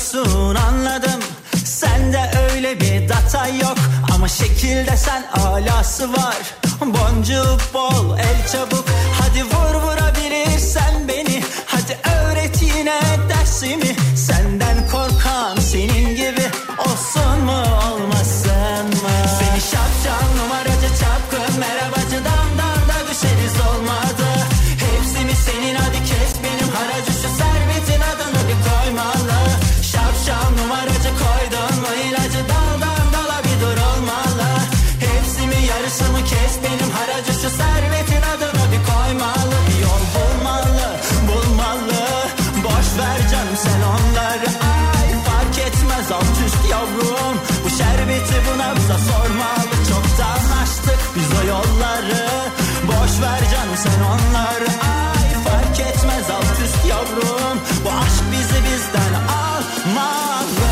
seviyorsun anladım. Sende öyle bir data yok ama şekilde sen alası var. Boncuğu bol, el çabuk, hadi vur vurabilirsen beni. Hadi öğret yine dersimi. Senden korkan senin gibi olsun mu olmasın mı? Seni şapşal numaracı çapkın merhabacı damdan da düşeriz olmadı. Hepsi mi senin, hadi kes benim haracı, şu servetin adını bir koymalı. Şapşal numaracı koydun mu ilacı, daldan dala bir dur olmalı. Hepsi mi yarısı mı, kes benim haracı, şu servetin adını bir koymalı. Bir yol bulmalı, bulmalı, boş ver canım sen onları. Ay fark etmez alt üst yavrum, bu şerbeti bu nabza sormalı. Çoktan açtık biz o yolları, boş ver canım sen onları. Ay fark etmez alt üst yavrum, bu aşk bizi bizden almalı.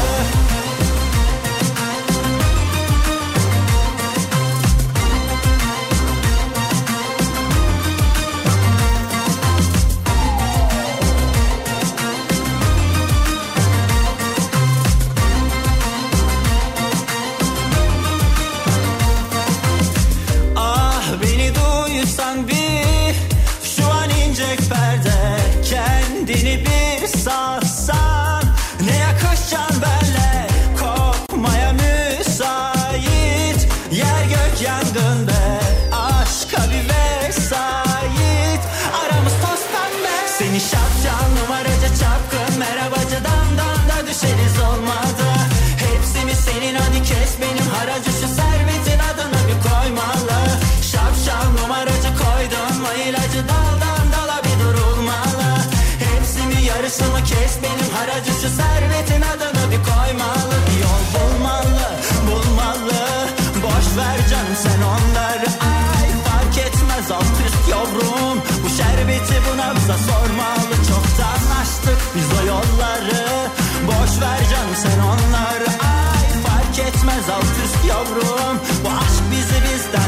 Kendini bir salsan ne yakışacaksın benle, kopmaya müsait. Yer gök yangın be, aşka bir vesait. Aramız toz pembe. Seni şapşal numaracı çapkın merhabacı damdan da düşeriz olmadı. Hepsi mi senin, hadi kes benim haracı, şu servetin adını bir koymalı. Şapşal numaracı koydun mu ilacı, daldan dala bir durulmalı. Yarısı mı, kes benim haracı, şu servetin adını bir koymalı. Bir yol bulmalı, bulmalı, boş ver canım sen onları. Ay fark etmez alt üst yavrum, bu şerbeti bu nabza sormalı. Çoktan açtık biz o yolları, boş ver canım sen onları. Ay fark etmez alt üst yavrum, bu aşk bizi bizden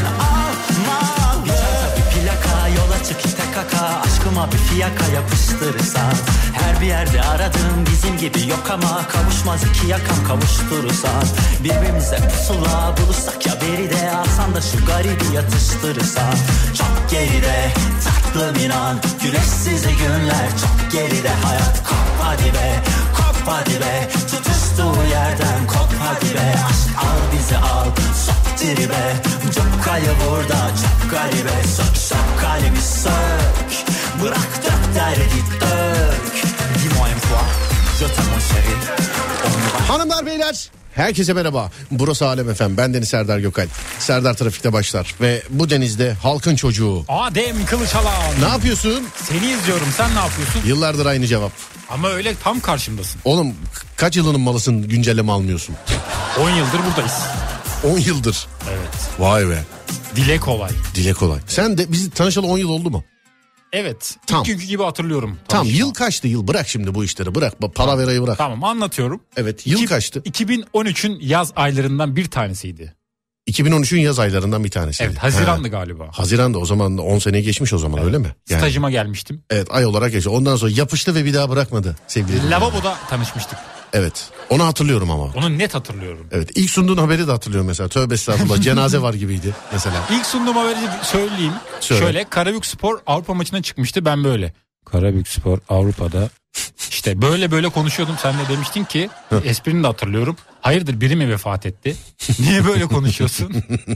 almalı. Bir plaka yola çık kaka, aşkıma bir fiyaka yapıştırırsan. Her bir yerde aradığım bizim gibi yok ama kavuşmaz iki yakam kavuşturursan. Birbirimize pusula bulursak ya beride, alsan da şu garibi yatıştırırsan. Çok geride tatlım inan, güneşsiz günler çok geride. Hayat kop hadi be, kop hadi be, tutuştuğu yerden kop hadi be. Aşk al bizi al, sok tribe, çok kayı burada çok garibe. Sök sök kalbi sök, bırak dök derdi dök. Dis-moi une fois, je t'aime mon chéri. Hanımlar beyler, herkese merhaba. Burası Alem FM. Ben Deniz Serdar Gökalp. Serdar Trafik'te başlar ve bu denizde halkın çocuğu Adem Kılıçalan. Ne yapıyorsun? Seni izliyorum, sen ne yapıyorsun? Yıllardır aynı cevap. Ama öyle tam karşımdasın. Oğlum kaç yılının malısın, güncelleme almıyorsun? 10 yıldır buradayız. 10 yıldır. Evet. Vay be. Dile kolay. Dile kolay. Sen de bizi tanışalı 10 yıl oldu mu? Evet. Tam. İlk günkü gibi hatırlıyorum. Tam yıl kaçtı yıl? Bırak şimdi bu işleri, bırak. Palaverayı bırak. Tamam anlatıyorum. Evet, yıl kaçtı? 2013'ün yaz aylarından bir tanesiydi. 2013'ün yaz aylarından bir tanesi. Evet, Haziran'dı galiba. Haziran'da, o zaman 10 seneyi geçmiş o zaman, evet. Öyle mi? Yani. Stajıma gelmiştim. Evet, ay olarak geçti. Ondan sonra yapıştı ve bir daha bırakmadı sevgili. Lavaboda tanışmıştık. Evet, onu hatırlıyorum ama. Onu net hatırlıyorum. Evet, ilk sunduğun haberi de hatırlıyorum mesela. Tövbe estağfurullah, cenaze var gibiydi mesela. İlk sunduğum haberi söyleyeyim. Söyle. Şöyle, Karabükspor Avrupa maçına çıkmıştı, ben böyle. Karabükspor Avrupa'da işte böyle konuşuyordum, sen de demiştin ki esprini de hatırlıyorum. Hayırdır, biri mi vefat etti? Niye böyle konuşuyorsun?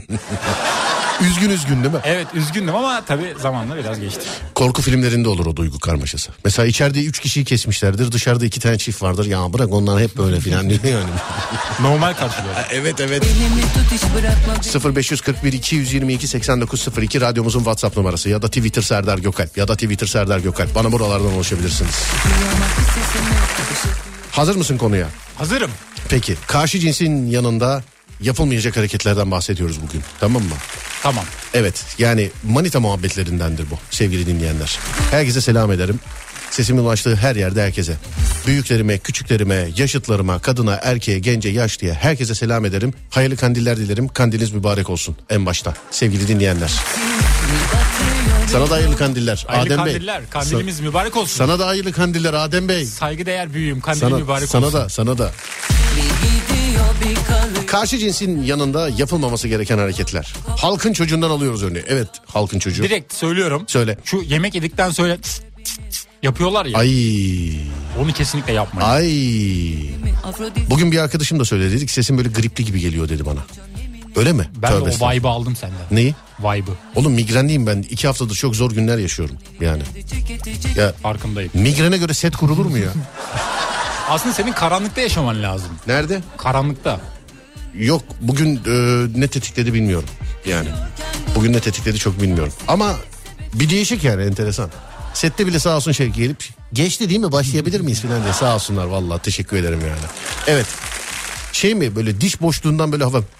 Üzgün değil mi? Evet, üzgündüm ama tabii zamanla biraz geçti. Korku filmlerinde olur o duygu karmaşası. Mesela içeride 3 kişiyi kesmişlerdir, dışarıda 2 tane çift vardır. Ya bırak onlar hep böyle filan diyor yani. Normal karşılıyor. Evet. 0541 222 8902 radyomuzun WhatsApp numarası ya da Twitter Serdar Gökalp. Bana buralardan ulaşabilirsiniz. Hazır mısın konuya? Hazırım. Peki, karşı cinsin yanında yapılmayacak hareketlerden bahsediyoruz bugün, tamam mı? Tamam. Evet, yani manita muhabbetlerindendir bu sevgili dinleyenler. Herkese selam ederim. Sesimin ulaştığı her yerde herkese. Büyüklerime, küçüklerime, yaşıtlarıma, kadına, erkeğe, gence, yaşlıya herkese selam ederim. Hayırlı kandiller dilerim. Kandiliniz mübarek olsun en başta sevgili dinleyenler. Sana da hayırlı kandiller Hayırlı Adem kandiller. Bey. Kandilimiz mübarek olsun. Sana da hayırlı kandiller Adem Bey. Saygıdeğer büyüğüm. Kandili mübarek sana olsun. Sana da. Karşı cinsin yanında yapılmaması gereken hareketler. Halkın çocuğundan alıyoruz örneği. Evet, halkın çocuğu. Direkt söylüyorum. Söyle. Şu yemek yedikten sonra yapıyorlar ya. Ay. Onu kesinlikle yapmayın. Ay. Bugün bir arkadaşım da söyledi. Dedi ki sesin böyle gripli gibi geliyor dedi bana. Öyle mi? Ben Tövbe de o vibe'ı aldım senden. Neyi? Vibe'ı. Oğlum migrenliyim ben. 2 haftadır çok zor günler yaşıyorum yani. Ya Farkındayım. migrene göre set kurulur mu ya? Aslında senin karanlıkta yaşaman lazım. Nerede? Karanlıkta. Yok bugün ne tetikledi bilmiyorum. Yani bugün ne tetikledi çok bilmiyorum. Ama bir değişik yani, enteresan. Sette bile sağ olsun şey gelip geçti değil mi, başlayabilir miyiz falan diye sağ olsunlar, vallahi teşekkür ederim yani. Evet. Şey mi, böyle diş boşluğundan böyle hava.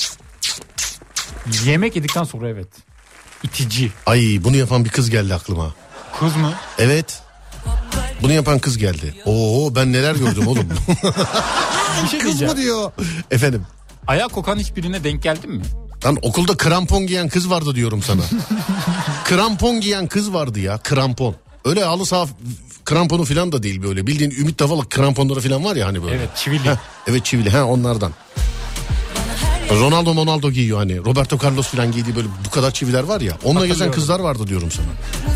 Yemek yedikten sonra evet. İtici. Ay, bunu yapan bir kız geldi aklıma. Kız mı? Evet. Bunu yapan kız geldi. Oo, ben neler gördüm oğlum. Bir şey Kız diyeceğim. mı diyor? Efendim. Ayağa kokan hiçbirine denk geldin mi? Lan okulda krampon giyen kız vardı diyorum sana. Krampon giyen kız vardı ya, krampon. Öyle halı saha kramponu falan da değil böyle. Bildiğin Ümit Davala kramponları falan var ya hani böyle. Evet, çivili. Evet, çivili, onlardan. Ronaldo giyiyor hani. Roberto Carlos falan giydiği böyle bu kadar çiviler var ya. Onunla gezen kızlar vardı diyorum sana.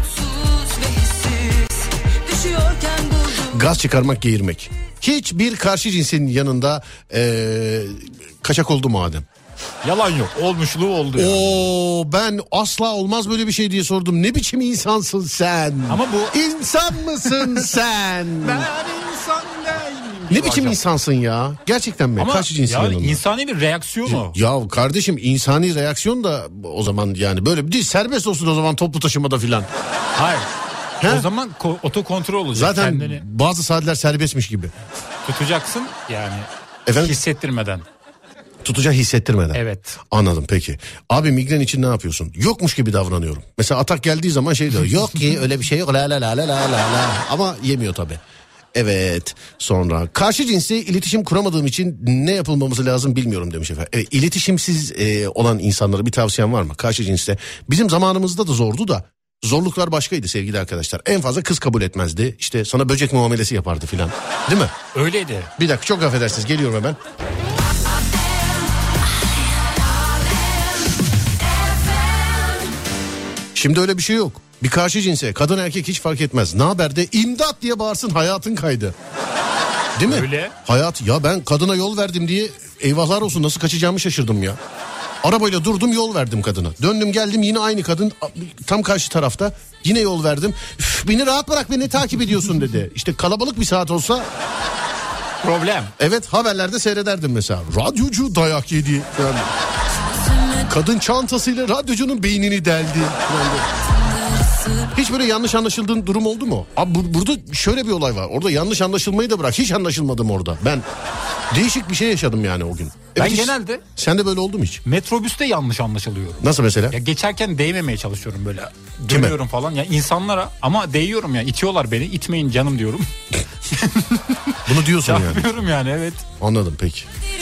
Gaz çıkarmak, geğirmek. Hiçbir karşı cinsin yanında kaçak oldu mu Adem? Yalan yok. Olmuşluğu oldu yani. Oo, ben asla olmaz böyle bir şey diye sordum. Ne biçim insansın sen? Ama bu... İnsan mısın sen? Ben insan değilim. Ne biçim insansın ya? Gerçekten mi? Ama karşı cinsin yani yanında. insani bir reaksiyon o. Ya kardeşim, insani reaksiyon da o zaman yani böyle bir değil, serbest olsun o zaman toplu taşımada filan. Hayır. He? O zaman otokontrol olacak. Zaten kendini bazı saatler serbestmiş gibi. tutacaksın yani. Efendim? Hissettirmeden. Tutacağı hissettirmeden. Evet. Anladım, peki. Abi migren için ne yapıyorsun? Yokmuş gibi davranıyorum. Mesela atak geldiği zaman şey diyor. Yok ki öyle bir şey yok. La la la la la la. Ama yemiyor tabii. Evet, sonra karşı cinsle iletişim kuramadığım için ne yapılmaması lazım bilmiyorum demiş efendim. Evet, iletişimsiz olan insanlara bir tavsiyem var mı? Karşı cinsle. Bizim zamanımızda da zordu da zorluklar başkaydı sevgili arkadaşlar. En fazla kız kabul etmezdi. İşte sana böcek muamelesi yapardı filan. Değil mi? Öyleydi. Bir dakika, çok affedersiniz, geliyorum hemen. Şimdi öyle bir şey yok. Bir karşı cinse, kadın erkek hiç fark etmez. Ne haber de imdat diye bağırsın, hayatın kaydı. Değil mi? Öyle. Hayat, ya ben kadına yol verdim diye eyvahlar olsun nasıl kaçacağımı şaşırdım ya. Arabayla durdum, yol verdim kadına. Döndüm geldim, yine aynı kadın tam karşı tarafta. Yine yol verdim. Beni rahat bırak, beni takip ediyorsun dedi. İşte kalabalık bir saat olsa... Problem. Evet, haberlerde seyrederdim mesela. Radyocu dayak yedi. Yani, kadın çantasıyla radyocunun beynini deldi. Yani, hiç böyle yanlış anlaşıldığın durum oldu mu? Abi burada şöyle bir olay var. Orada yanlış anlaşılmayı da bırak. Hiç anlaşılmadım orada. Ben değişik bir şey yaşadım yani o gün. Ben genelde... Sen de böyle oldu mu hiç? Metrobüste yanlış anlaşılıyorum. Nasıl mesela? Ya geçerken değmemeye çalışıyorum böyle. Dönüyorum falan ya insanlara, ama değiyorum ya, itiyorlar beni. İtmeyin canım diyorum. Bunu diyorsun yani. Yapıyorum yani, evet. Anladım, peki.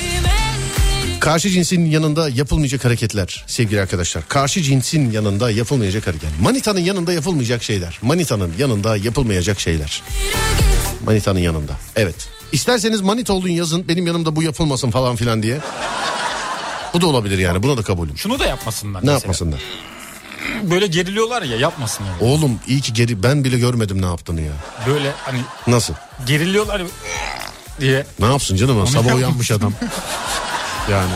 Karşı cinsin yanında yapılmayacak hareketler sevgili arkadaşlar. Karşı cinsin yanında yapılmayacak hareket. Manitanın yanında yapılmayacak şeyler. Manitanın yanında yapılmayacak şeyler. Manitanın yanında. Evet. İsterseniz manita olun yazın, benim yanımda bu yapılmasın falan filan diye. Bu da olabilir yani, buna da kabulüm. Şunu da yapmasınlar. Ne mesela. yapmasınlar? Böyle geriliyorlar ya, yapmasınlar. Oğlum iyi ki ben bile görmedim ne yaptığını ya. Böyle hani Nasıl? geriliyorlar diye. Ne yapsın canım, sabah uyanmış adam. Yani.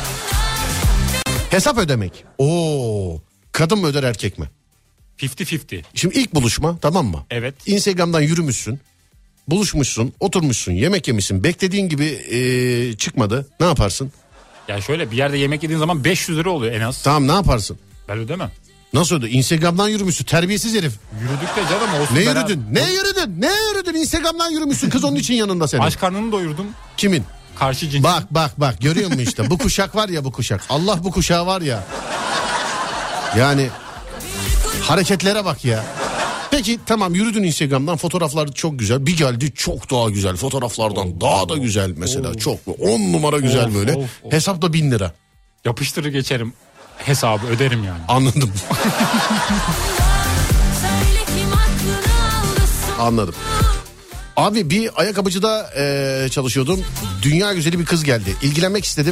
Hesap ödemek. Oo. Kadın mı öder, erkek mi? 50-50. Şimdi ilk buluşma, tamam mı? Evet. Instagram'dan yürümüşsün. Buluşmuşsun, oturmuşsun, yemek yemişsin. Beklediğin gibi çıkmadı. Ne yaparsın? Ya şöyle, bir yerde yemek yediğin zaman 500 lira oluyor en az. Tamam, ne yaparsın? Ben ödemem. Nasıl öde? Instagram'dan yürümüşsün, terbiyesiz herif. Yürüdük de canım olsun. Ne yürüdün? Ne yürüdün? Ne yürüdün? Instagram'dan yürümüşsün, kız onun için yanında senin. Aç karnını doyurdum. Kimin? Karşı cins. Bak görüyor musun işte? Bu kuşak var ya, bu kuşak. Allah bu kuşağı var ya. Yani hareketlere bak ya. Peki tamam, yürüdün Instagram'dan, fotoğraflar çok güzel. Bir geldi çok daha güzel fotoğraflardan, daha da güzel mesela. Çok 10 numara güzel böyle. Hesapta 1000 lira. Yapıştırır geçerim hesabı, öderim yani. Anladım. Anladım. Abi bir ayakkabıcıda çalışıyordum. Dünya güzeli bir kız geldi. İlgilenmek istedim.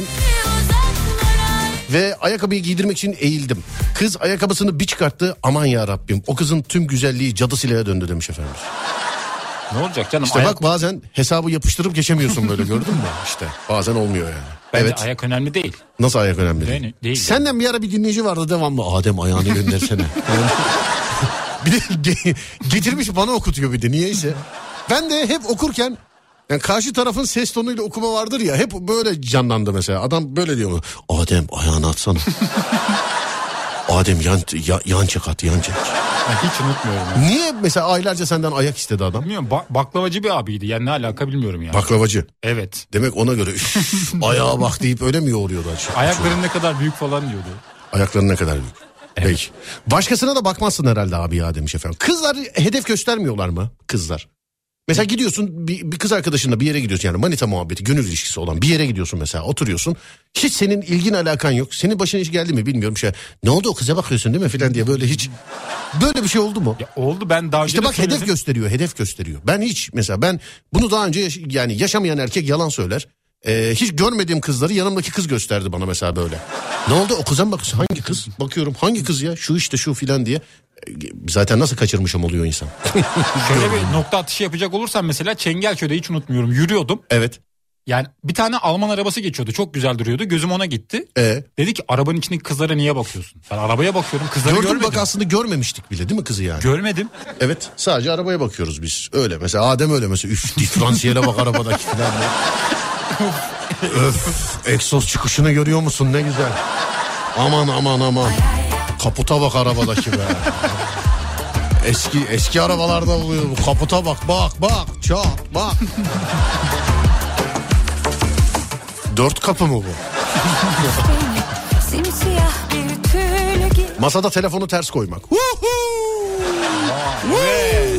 Ve ayakkabıyı giydirmek için eğildim. Kız ayakkabısını bir çıkarttı. Aman ya Rabbim, o kızın tüm güzelliği cadı silahına döndü demiş efendim. Ne olacak canım? İşte bak, bazen hesabı yapıştırıp geçemiyorsun böyle, gördün mü? İşte bazen olmuyor yani. Bence evet. Ayak önemli değil. Nasıl ayak önemli değil? Değil. Senden bir ara bir dinleyici vardı devamlı. Adem ayağını göndersene. Bir de getirmiş bana okutuyor bir de niyeyse. Ben de hep okurken yani karşı tarafın ses tonuyla okuma vardır ya, hep böyle canlandı mesela. Adam böyle diyor mu? Adem ayağını atsana. Adem yan çek at, yan çek. Ben hiç unutmuyorum. Yani. Niye mesela aylarca senden ayak istedi adam? Bilmiyorum, baklavacı bir abiydi. Yani ne alaka bilmiyorum yani. Baklavacı. Evet. Demek ona göre ayağa bak deyip öyle mi yoğuruyordu açık? Ayakların ne kadar büyük falan diyordu. Ayakların ne kadar büyük? Evet. Peki. Başkasına da bakmazsın herhalde abi ya demiş efendim. Kızlar hedef göstermiyorlar mı? Kızlar. Mesela gidiyorsun bir kız arkadaşınla bir yere gidiyorsun, yani manita muhabbeti, gönül ilişkisi olan bir yere gidiyorsun mesela, oturuyorsun. Hiç senin ilgin alakan yok. Senin başına hiç geldi mi bilmiyorum, ne oldu, o kıza bakıyorsun değil mi filan diye, böyle hiç böyle bir şey oldu mu? Ya oldu, ben daha önce İşte bak hedef gösteriyor. Ben hiç mesela, ben bunu daha önce yani yaşamayan erkek yalan söyler. Hiç görmediğim kızları yanımdaki kız gösterdi bana mesela böyle. Ne oldu, o kıza mı bakıyorsun? Hangi kız? Bakıyorum, hangi kız ya? Şu işte şu filan diye. Zaten nasıl kaçırmışım oluyor insan. Şöyle bir nokta atışı yapacak olursam mesela Çengelköy'de hiç unutmuyorum, yürüyordum. Evet. Yani bir tane Alman arabası geçiyordu, çok güzel duruyordu, gözüm ona gitti. Dedi ki arabanın içindeki kızlara niye bakıyorsun? Ben arabaya bakıyorum, kızları görmedim. Bak aslında görmemiştik bile değil mi kızı yani? Görmedim. Evet, sadece arabaya bakıyoruz biz. Öyle mesela Adem öyle mesela, diferansiyele bak arabadaki falan. Öf, egzoz çıkışını görüyor musun, ne güzel. Aman. Kaputa bak arabadaki be. Eski arabalarda oluyor bu, kaputa bak çat bak. 4 kapı mı bu? Masada telefonu ters koymak. Evet.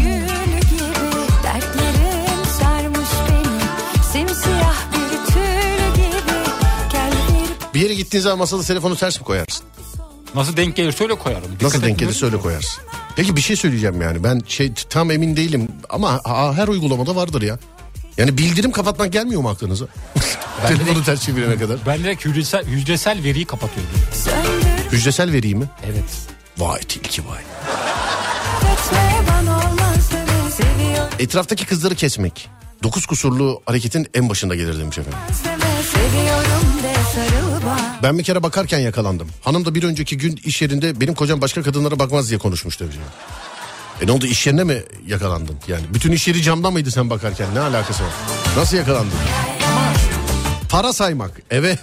Bir yere gittiğin zaman masada telefonu ters mi koyarsın? Nasıl denk gelirse öyle koyarım. Nasıl denk gelirse öyle koyarsın. Peki bir şey söyleyeceğim yani. Ben tam emin değilim ama her uygulamada vardır ya. Yani bildirim kapatmak gelmiyor mu aklınıza? Telefonu ters çevirene kadar. Ben direkt hücresel veriyi kapatıyordum. Hücresel veriyi mi? Evet. Vay tilki vay. Etraftaki kızları kesmek. 9 kusurlu hareketin en başında gelir demiş efendim. Ben bir kere bakarken yakalandım. Hanım da bir önceki gün iş yerinde benim kocam başka kadınlara bakmaz diye konuşmuş demiş. Ne oldu, iş yerine mi yakalandın? Yani bütün iş yeri camda mıydı sen bakarken? Ne alakası var? Nasıl yakalandın? Para saymak. Evet.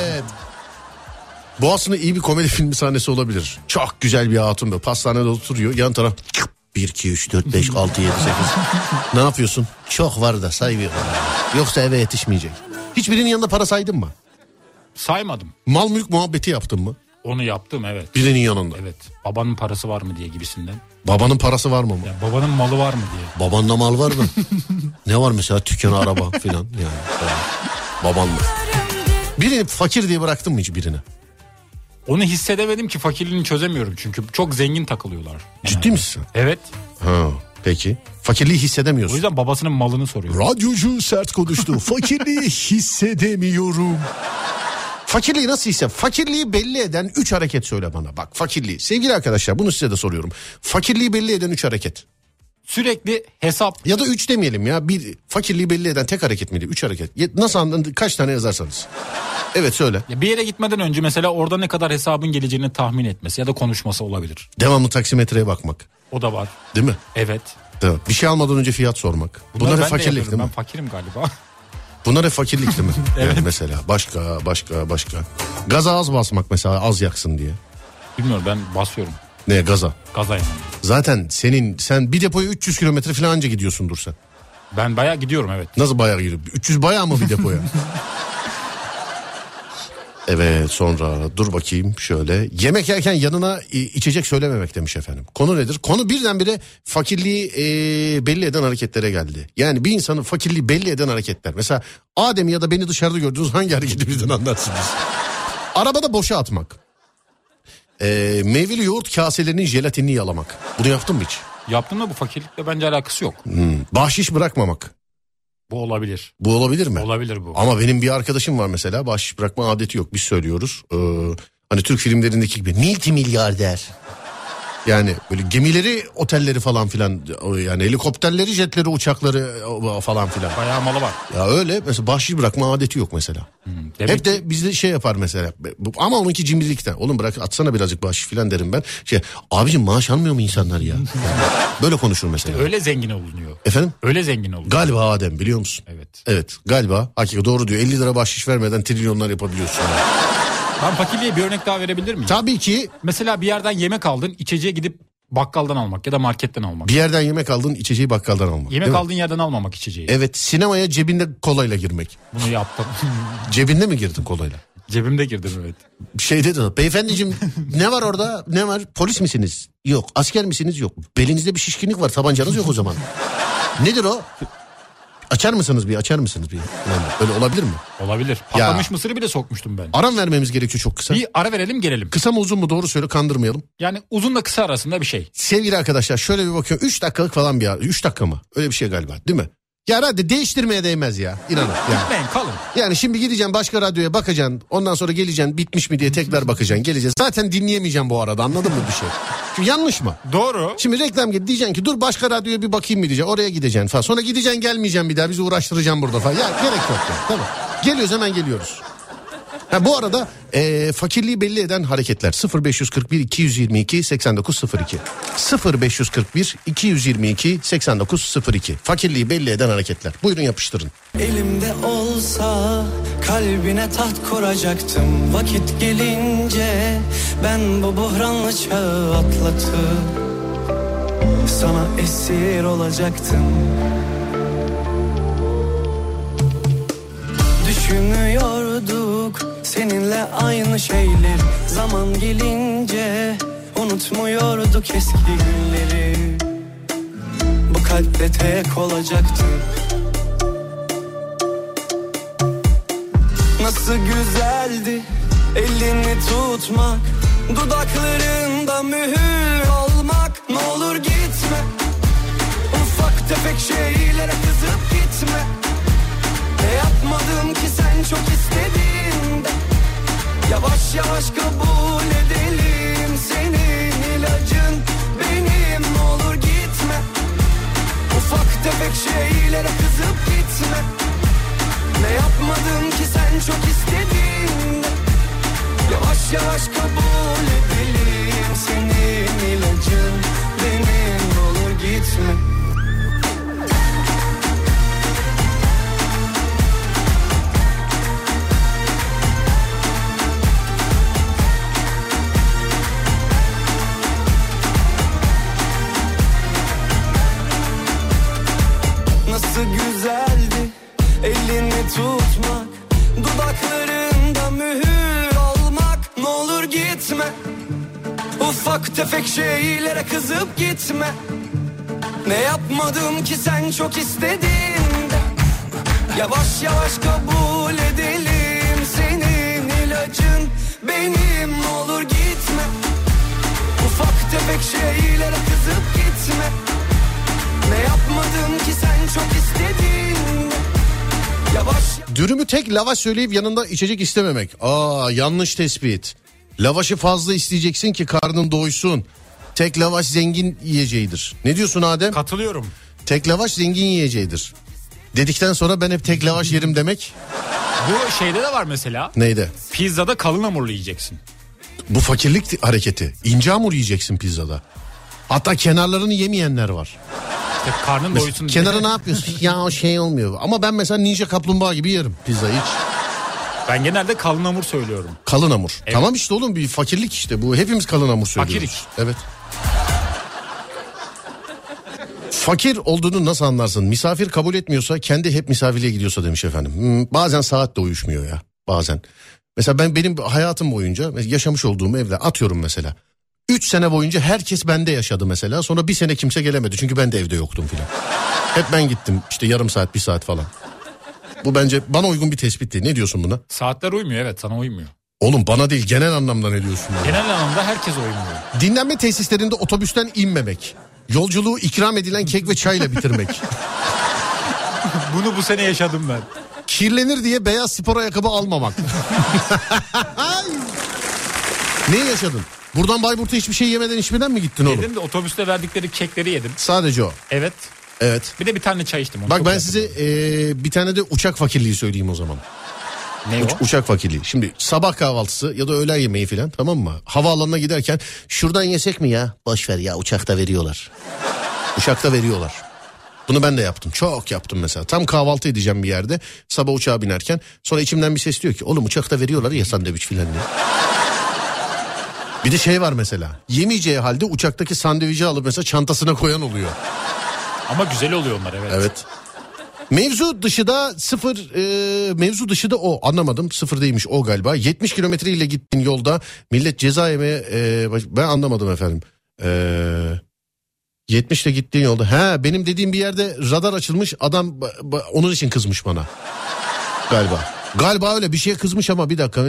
Bu aslında iyi bir komedi filmi sahnesi olabilir. Çok güzel bir hatun böyle pastanede oturuyor. Yan taraf 1, 2, 3, 4, 5, 6, 7, 8. Ne yapıyorsun? Çok var da saymıyorum. Yoksa eve yetişmeyecek. Hiçbirinin yanında para saydın mı? Saymadım. Mal mülk muhabbeti yaptın mı? Onu yaptım, evet. Birinin yanında. Evet. Babanın parası var mı diye gibisinden. Babanın parası var mı? Yani babanın malı var mı diye. Babanda mal var mı? Ne var mesela, dükkan, araba filan yani. Babanla. Birini fakir diye bıraktın mı hiç birini? Onu hissedemedim ki, fakirliğini çözemiyorum çünkü çok zengin takılıyorlar. Ciddi misin? Evet. Ha, peki. Fakirliği hissedemiyorsun. O yüzden babasının malını soruyor. Radyocu sert konuştu. Fakirliği hissedemiyorum. Fakirliği nasıl Fakirliği belli eden 3 hareket söyle bana. Bak fakirliği. Sevgili arkadaşlar, bunu size de soruyorum. Fakirliği belli eden 3 hareket. Sürekli hesap. Ya da 3 demeyelim ya. Fakirliği belli eden tek hareket miydi? 3 hareket. Nasıl anladın? Kaç tane yazarsanız. Evet söyle. Ya bir yere gitmeden önce mesela orada ne kadar hesabın geleceğini tahmin etmesi ya da konuşması olabilir. Devamlı taksimetreye bakmak. O da var. Değil mi? Evet. Değil mi? Bir şey almadan önce fiyat sormak. Bunlar hep fakirlik değil mi? Ben fakirim galiba. Bunlar hep fakirlik değil mi? Evet. Yani mesela başka. Gaza az basmak mesela, az yaksın diye. Bilmiyorum, ben basıyorum. Ne gaza? Gaza yani. Zaten sen bir depoya 300 kilometre falan anca gidiyorsundur sen. Ben bayağı gidiyorum, evet. Nasıl bayağı gidiyor? 300 bayağı mı bir depoya? Evet, sonra dur bakayım şöyle. Yemek yerken yanına içecek söylememek demiş efendim. Konu nedir? Konu birdenbire fakirliği belli eden hareketlere geldi. Yani bir insanın fakirliği belli eden hareketler. Mesela Adem'i ya da beni dışarıda gördüğünüz hangi hareketi birden anlarsınız? Arabada boşa atmak. Meyveli yoğurt kaselerinin jelatinini yalamak. Bunu yaptın mı hiç? Yaptım da bu fakirlikle bence alakası yok. Bahşiş bırakmamak. Bu olabilir. Bu olabilir mi? Olabilir bu. Ama benim bir arkadaşım var mesela, bahşiş bırakma adeti yok. Biz söylüyoruz. Hani Türk filmlerindeki gibi multimilyarder. Yani böyle gemileri, otelleri falan filan, yani helikopterleri, jetleri, uçakları falan filan. Bayağı malı var. Ya öyle mesela, bahşiş bırakma adeti yok mesela. Hep de bizde şey yapar mesela. Ama onunki cimrilikten. Oğlum bırak, atsana birazcık bahşiş filan derim ben. Abicim maaş almıyor mu insanlar ya? Yani böyle konuşur mesela. Öyle zengin olunuyor. Efendim? Öyle zengin olunuyor. Galiba Adem, biliyor musun? Evet. Evet galiba. Hakikaten doğru diyor. 50 lira bahşiş vermeden trilyonlar yapabiliyorsun. Ben fakirliğe bir örnek daha verebilir miyim? Tabii ki. Mesela bir yerden yemek aldın, içeceğe gidip bakkaldan almak ya da marketten almak. Bir yerden yemek aldın, içeceği bakkaldan almak. Yemek aldığın yerden almamak içeceği. Evet, sinemaya cebinde kolayla girmek. Bunu yaptım. Cebinde mi girdin kolayla? Cebimde girdim, evet. Şey dedi, beyefendiciğim ne var orada, ne var, polis misiniz? Yok. Asker misiniz? Yok. Belinizde bir şişkinlik var, tabancanız yok o zaman. Nedir o? Açar mısınız bir? Böyle olabilir mi? Olabilir. Patlamış mısırı bile sokmuştum ben. Aram vermemiz gerekiyor çok kısa. Bir ara verelim, gelelim. Kısa mı uzun mu, doğru söyle, kandırmayalım. Yani uzunla kısa arasında bir şey. Sevgili arkadaşlar, şöyle bir bakıyorum. 3 dakikalık falan bir ara. 3 dakika mı? Öyle bir şey galiba, değil mi? Ya hadi değiştirmeye değmez ya. İnanın. Yani. Gitmeyin, kalın. Yani şimdi gideceksin başka radyoya bakacaksın. Ondan sonra geleceksin, bitmiş mi diye tekrar bakacaksın. Geleceğiz. Zaten dinleyemeyeceğim bu arada, anladın mı bir şey? Çünkü yanlış mı? Doğru. Şimdi reklam gibi diyeceksin ki dur başka radyoya bir bakayım mı diyeceksin. Oraya gideceksin falan. Sonra gideceksin, gelmeyeceksin bir daha, bizi uğraştıracaksın burada falan. Ya gerek yok ya. Tamam. Geliyoruz, hemen geliyoruz. Bu arada fakirliği belli eden hareketler 0541 222 8902 0541 222 8902 fakirliği belli eden hareketler. Buyurun, yapıştırın. Elimde olsa kalbine taht kuracaktım. Vakit gelince ben bu buhranlı çağı atlatıp sana esir olacaktım. Düşünüyorduk seninle aynı şeyler. Zaman gelince unutmuyorduk eski günleri. Bu kalpte tek olacaktık. Nasıl güzeldi elini tutmak, dudaklarında mühür olmak. Ne olur gitme, ufak tefek şeylere kızıp gitme. Ne yapmadım ki sen çok istediğinde. Yavaş yavaş kabul edelim, senin ilacın benim. Ne olur gitme, ufak tefek şeylere kızıp gitme. Ne yapmadım ki sen çok istediğinde. Yavaş yavaş kabul edelim, senin ilacın benim. Ne olur gitme. Nasıl güzeldi elini tutmak, dudaklarında mühür olmak. Ne olur gitme, ufak tefek şeylere kızıp gitme. Ne yapmadım ki sen çok istediğinde. Yavaş yavaş kabul edelim, senin ilacın benim. Ne olur gitme, ufak tefek şeylere kızıp gitme. Ne yapmadım ki sen çok istediğinde. Yavaş. Dürümü tek lavaş söyleyip yanında içecek istememek. Yanlış tespit. Lavaşı fazla isteyeceksin ki karnın doysun. Tek lavaş zengin yiyeceğidir. Ne diyorsun Adem? Katılıyorum. Tek lavaş zengin yiyeceğidir. Dedikten sonra ben hep tek lavaş yerim demek. Bu şeyde de var mesela. Neydi? Pizzada kalın hamurlu yiyeceksin. Bu fakirlik hareketi. İnce hamur yiyeceksin pizzada. Hatta kenarlarını yemeyenler var. İşte karnın doysun. Kenara ne yapıyorsun? Ya şey olmuyor. Ama ben mesela ninja kaplumbağa gibi yerim pizzayı hiç. Ben genelde kalın hamur söylüyorum. Kalın hamur. Evet. Tamam işte oğlum, bir fakirlik işte bu. Hepimiz kalın hamur söylüyoruz. Fakirlik. Evet. Fakir olduğunu nasıl anlarsın? Misafir kabul etmiyorsa, kendi hep misafirliğe gidiyorsa demiş efendim. Bazen saat de uyuşmuyor ya. Bazen. Mesela benim hayatım boyunca yaşamış olduğum evde atıyorum mesela. 3 sene boyunca herkes bende yaşadı mesela. Sonra bir sene kimse gelemedi çünkü ben de evde yoktum filan. Hep ben gittim işte yarım saat, bir saat falan. Bu bence bana uygun bir tespit değil. Ne diyorsun buna? Saatler uymuyor, evet, sana uymuyor. Oğlum bana değil, genel anlamda ne diyorsun? Yani? Genel anlamda herkes oynuyor. Dinlenme tesislerinde otobüsten inmemek. Yolculuğu ikram edilen kek ve çayla bitirmek. Bunu bu sene yaşadım ben. Kirlenir diye beyaz spor ayakkabı almamak. Ne yaşadın? Buradan Bayburt'a hiçbir şey yemeden içmeden mi gittin oğlum? Yedim de otobüste verdikleri kekleri yedim. Sadece o. Evet. Evet. Bir de bir tane çay içtim. Bak ben size bir tane de uçak fakirliği söyleyeyim o zaman. Ne o? Uçak fakirliği. Şimdi sabah kahvaltısı ya da öğlen yemeği falan, tamam mı? Havaalanına giderken şuradan yesek mi ya? Boş ver ya, uçakta veriyorlar. Uçakta veriyorlar. Bunu ben de yaptım. Çok yaptım mesela. Tam kahvaltı edeceğim bir yerde. Sabah uçağa binerken. Sonra içimden bir ses diyor ki oğlum uçakta veriyorlar ya sandviç filan diye. Bir de şey var mesela. Yemeyeceği halde uçaktaki sandviçi alıp mesela çantasına koyan oluyor. Ama güzel oluyor onlar, evet. Evet. Mevzu dışı da mevzu dışı da o, anlamadım, sıfır değilmiş o galiba. 70 kilometre ile gittiğin yolda millet ceza yemeye ben anlamadım efendim. 70'te gittiğin yolda benim dediğim bir yerde radar açılmış, adam onun için kızmış bana galiba öyle bir şeye kızmış ama bir dakika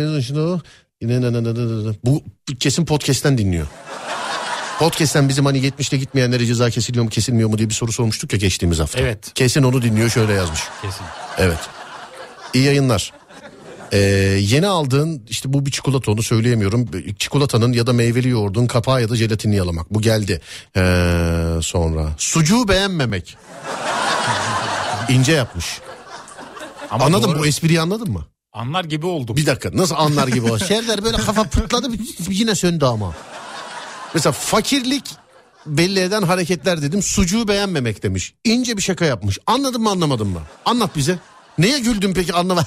bu kesin podcast'ten dinliyor. Podcast'ten bizim hani 70'te gitmeyenlere ceza kesiliyor mu kesilmiyor mu diye bir soru sormuştuk ya geçtiğimiz hafta. Evet. Kesin onu dinliyor, şöyle yazmış. Kesin. Evet. İyi yayınlar. Yeni aldığın işte bu bir çikolata, onu söyleyemiyorum. Çikolatanın ya da meyveli yoğurdun kapağı ya da jelatinini yalamak. Bu geldi. Sonra sucuğu beğenmemek. İnce yapmış. Ama anladın doğru. Bu espriyi anladın mı? Anlar gibi oldum. Bir dakika, nasıl anlar gibi o? Serdar böyle kafa pırtladı yine söndü ama. Mesela fakirlik belli eden hareketler dedim. Sucuğu beğenmemek demiş. İnce bir şaka yapmış. Anladın mı anlamadın mı? Anlat bize. Neye güldün peki, anlama.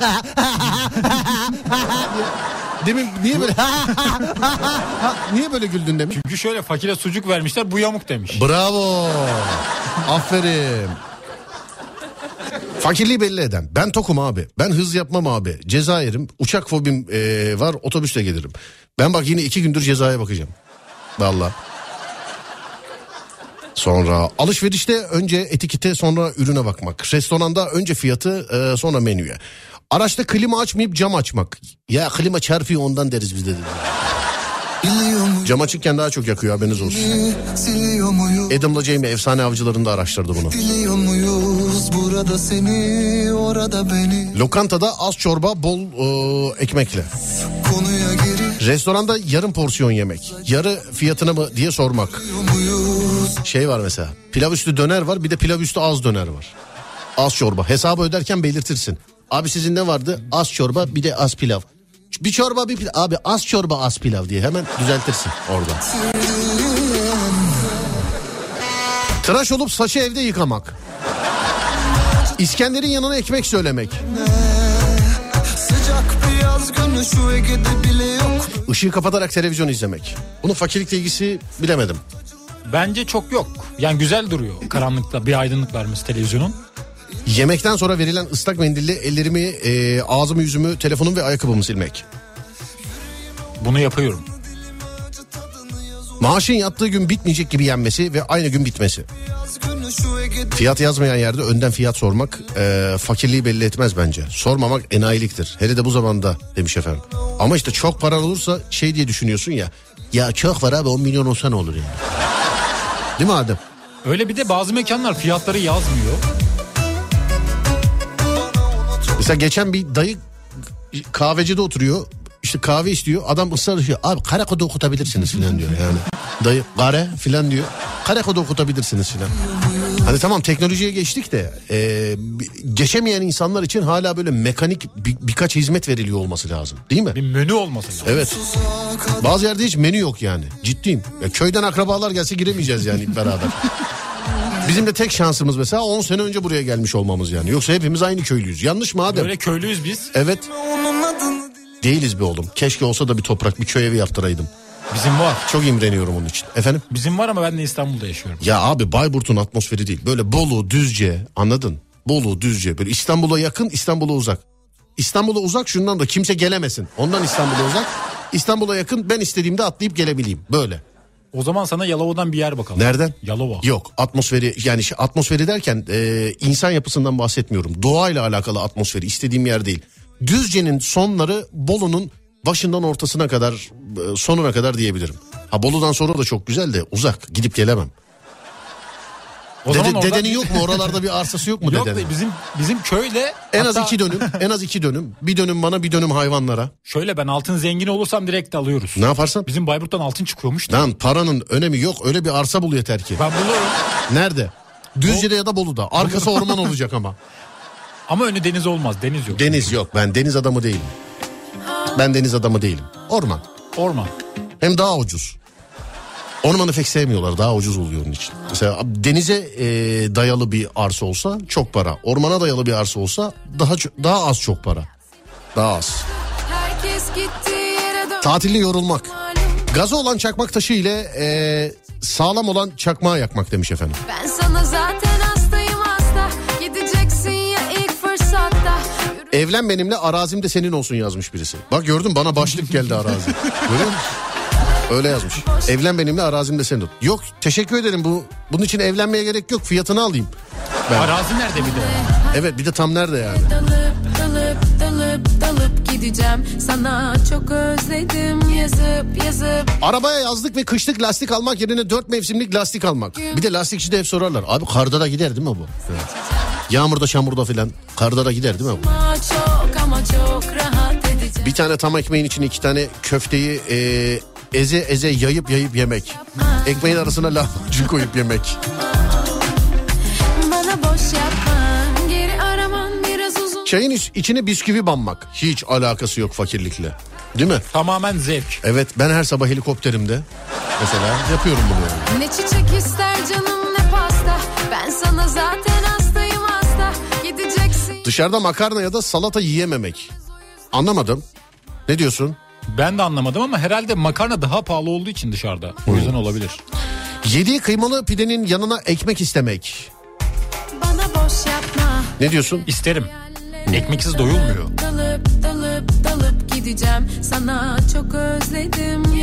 Demin niye böyle niye böyle güldün demiş. Çünkü şöyle, fakire sucuk vermişler, bu yamuk demiş. Bravo. Aferin. Fakirliği belli eden. Ben tokum abi. Ben hız yapmam abi. Ceza yerim. Uçak fobim var. Otobüsle gelirim. Ben bak yine 2 gündür cezaya bakacağım. Vallahi. Sonra alışverişte önce etikete sonra ürüne bakmak. Restoranda önce fiyatı sonra menüye. Araçta klima açmayıp cam açmak. Ya klima çarpıyor ondan deriz biz de. Cam açıkken daha çok yakıyor, haberiniz olsun. Adam'la Jamie efsane avcılarında araştırdı bunu. Burada seni, orada beni. Lokantada az çorba bol ekmekle. Restoranda yarım porsiyon yemek. Yarı fiyatına mı diye sormak. Şey var mesela, pilav üstü döner var, bir de pilav üstü az döner var. Az çorba, hesabı öderken belirtirsin. Abi sizin ne vardı? Az çorba bir de az pilav. Bir çorba bir pilav. Abi az çorba az pilav diye hemen düzeltirsin orada. Tıraş olup saçı evde yıkamak. İskender'in yanına ekmek söylemek. Işığı kapatarak televizyon izlemek. Bunun fakirlikle ilgisi bilemedim. Bence çok yok. Yani güzel duruyor karanlıkta bir aydınlık vermesi televizyonun. Yemekten sonra verilen ıslak mendille ellerimi, ağzımı, yüzümü, telefonumu ve ayakkabımı silmek. Bunu yapıyorum. Maaşın yattığı gün bitmeyecek gibi yenmesi ve aynı gün bitmesi. Fiyat yazmayan yerde önden fiyat sormak fakirliği belli etmez bence. Sormamak enayiliktir. Hele de bu zamanda demiş efendim. Ama işte çok paran olursa şey diye düşünüyorsun ya. Ya çok var abi, 10 milyon olsa ne olur yani. Değil mi Adem? Öyle, bir de bazı mekanlar fiyatları yazmıyor. Mesela geçen bir dayı kahvecide oturuyor. İşte kahve istiyor. Adam ısrar ediyor. Abi kare kodu okutabilirsiniz filan diyor yani. Dayı kare filan diyor. Kare kodu okutabilirsiniz filan. Hani tamam teknolojiye geçtik de geçemeyen insanlar için hala böyle mekanik birkaç hizmet veriliyor olması lazım. Değil mi? Bir menü olması lazım. Evet. Bazı yerde hiç menü yok yani. Ciddiyim. Ya köyden akrabalar gelse giremeyeceğiz yani beraber. Bizim de tek şansımız mesela 10 sene önce buraya gelmiş olmamız yani. Yoksa hepimiz aynı köylüyüz. Yanlış mı Adem? Böyle köylüyüz biz. Evet. Değiliz be oğlum. Keşke olsa da bir toprak, bir köy evi yaptıraydım. Bizim var. Çok imreniyorum onun için. Efendim? Bizim var ama ben de İstanbul'da yaşıyorum. Ya abi Bayburt'un atmosferi değil. Böyle Bolu, Düzce, anladın? Bolu, Düzce. Böyle İstanbul'a yakın, İstanbul'a uzak. İstanbul'a uzak şundan da kimse gelemesin. Ondan İstanbul'a uzak. İstanbul'a yakın, ben istediğimde atlayıp gelebileyim. Böyle. O zaman sana Yalova'dan bir yer bakalım. Nereden? Yalova. Yok, atmosferi, yani atmosferi derken insan yapısından bahsetmiyorum. Doğayla alakalı atmosferi, istediğim yer değil. Düzce'nin sonları Bolu'nun başından ortasına kadar, sonuna kadar diyebilirim. Ha, Bolu'dan sonra da çok güzel de uzak, gidip gelemem. Dedenin yok mu oralarda, bir arsası yok mu yok dedenin? Yok, bizim köyde en az 2 dönüm, en az 2 dönüm. Bir dönüm bana, bir dönüm hayvanlara. Şöyle, ben altın zengini olursam direkt alıyoruz. Ne yaparsan? Bizim Bayburt'tan altın çıkıyormuş da. Lan paranın önemi yok, öyle bir arsa bul yeter ki. Ben bulurum. Nerede? Düzce'de ya da Bolu'da. Arkası orman olacak ama. Ama önü deniz olmaz, deniz yok. Deniz yok, ben deniz adamı değilim. Ben deniz adamı değilim. Orman. Orman. Hem daha ucuz. Ormanı pek sevmiyorlar, daha ucuz oluyor onun için. Mesela denize dayalı bir arsa olsa çok para. Ormana dayalı bir arsa olsa daha az çok para. Daha az. Tatilde yorulmak. Gazı olan çakmak taşı ile sağlam olan çakmağı yakmak demiş efendim. Ben sana zaten hastayım hasta. Gideceksin ya ilk fırsatta. Evlen benimle, arazim de senin olsun yazmış birisi. Bak gördün, bana başlık geldi arazi. Görüyor musun? Öyle yazmış. Evlen benimle, arazim de senin. Yok, teşekkür ederim, bunun için evlenmeye gerek yok, fiyatını alayım. Arazi nerede bir de? Evet, bir de tam nerede yani? Dalıp gideceğim, sana çok özledim, yazıp. Arabaya yazlık ve kışlık lastik almak yerine 4 mevsimlik lastik almak. Bir de lastikçi de hep sorarlar. Abi karda da gider değil mi bu? Evet. Yağmurda çamurda filan karda da gider değil mi bu? Çok rahat edeceğim. Bir tane tam ekmeğin içine 2 tane köfteyi eze yayıp yemek. Ekmeğin arasına lahmacun koyup yemek. Bana boş yapma, geri araman biraz uzun. Çayın içine bisküvi banmak. Hiç alakası yok fakirlikle. Değil mi? Tamamen zevk. Evet, ben her sabah helikopterimde mesela yapıyorum bunu yani. Ne çiçek ister canım ne pasta. Ben sana zaten hastayım hasta. Gideceksin. Dışarıda makarna ya da salata yiyememek. Anlamadım. Ne diyorsun? Ben de anlamadım ama herhalde makarna daha pahalı olduğu için dışarıda. O yüzden olabilir. Yediği kıymalı pidenin yanına ekmek istemek. Bana boş yapma. Ne diyorsun? İsterim. Ekmeksiz doyulmuyor. Dalıp gideceğim. Sana çok özledim.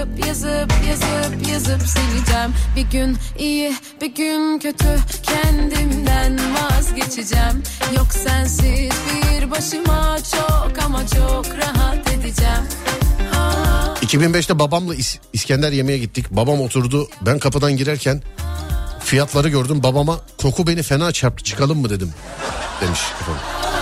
Yazıp sileceğim. Bir gün iyi, bir gün kötü. Kendimden vazgeçeceğim. Yok sensiz bir başıma çok ama çok rahat edeceğim. 2005'te babamla İskender yemeye gittik. Babam oturdu. Ben kapıdan girerken fiyatları gördüm. Babama koku beni fena çarptı, çıkalım mı dedim. Demiş efendim.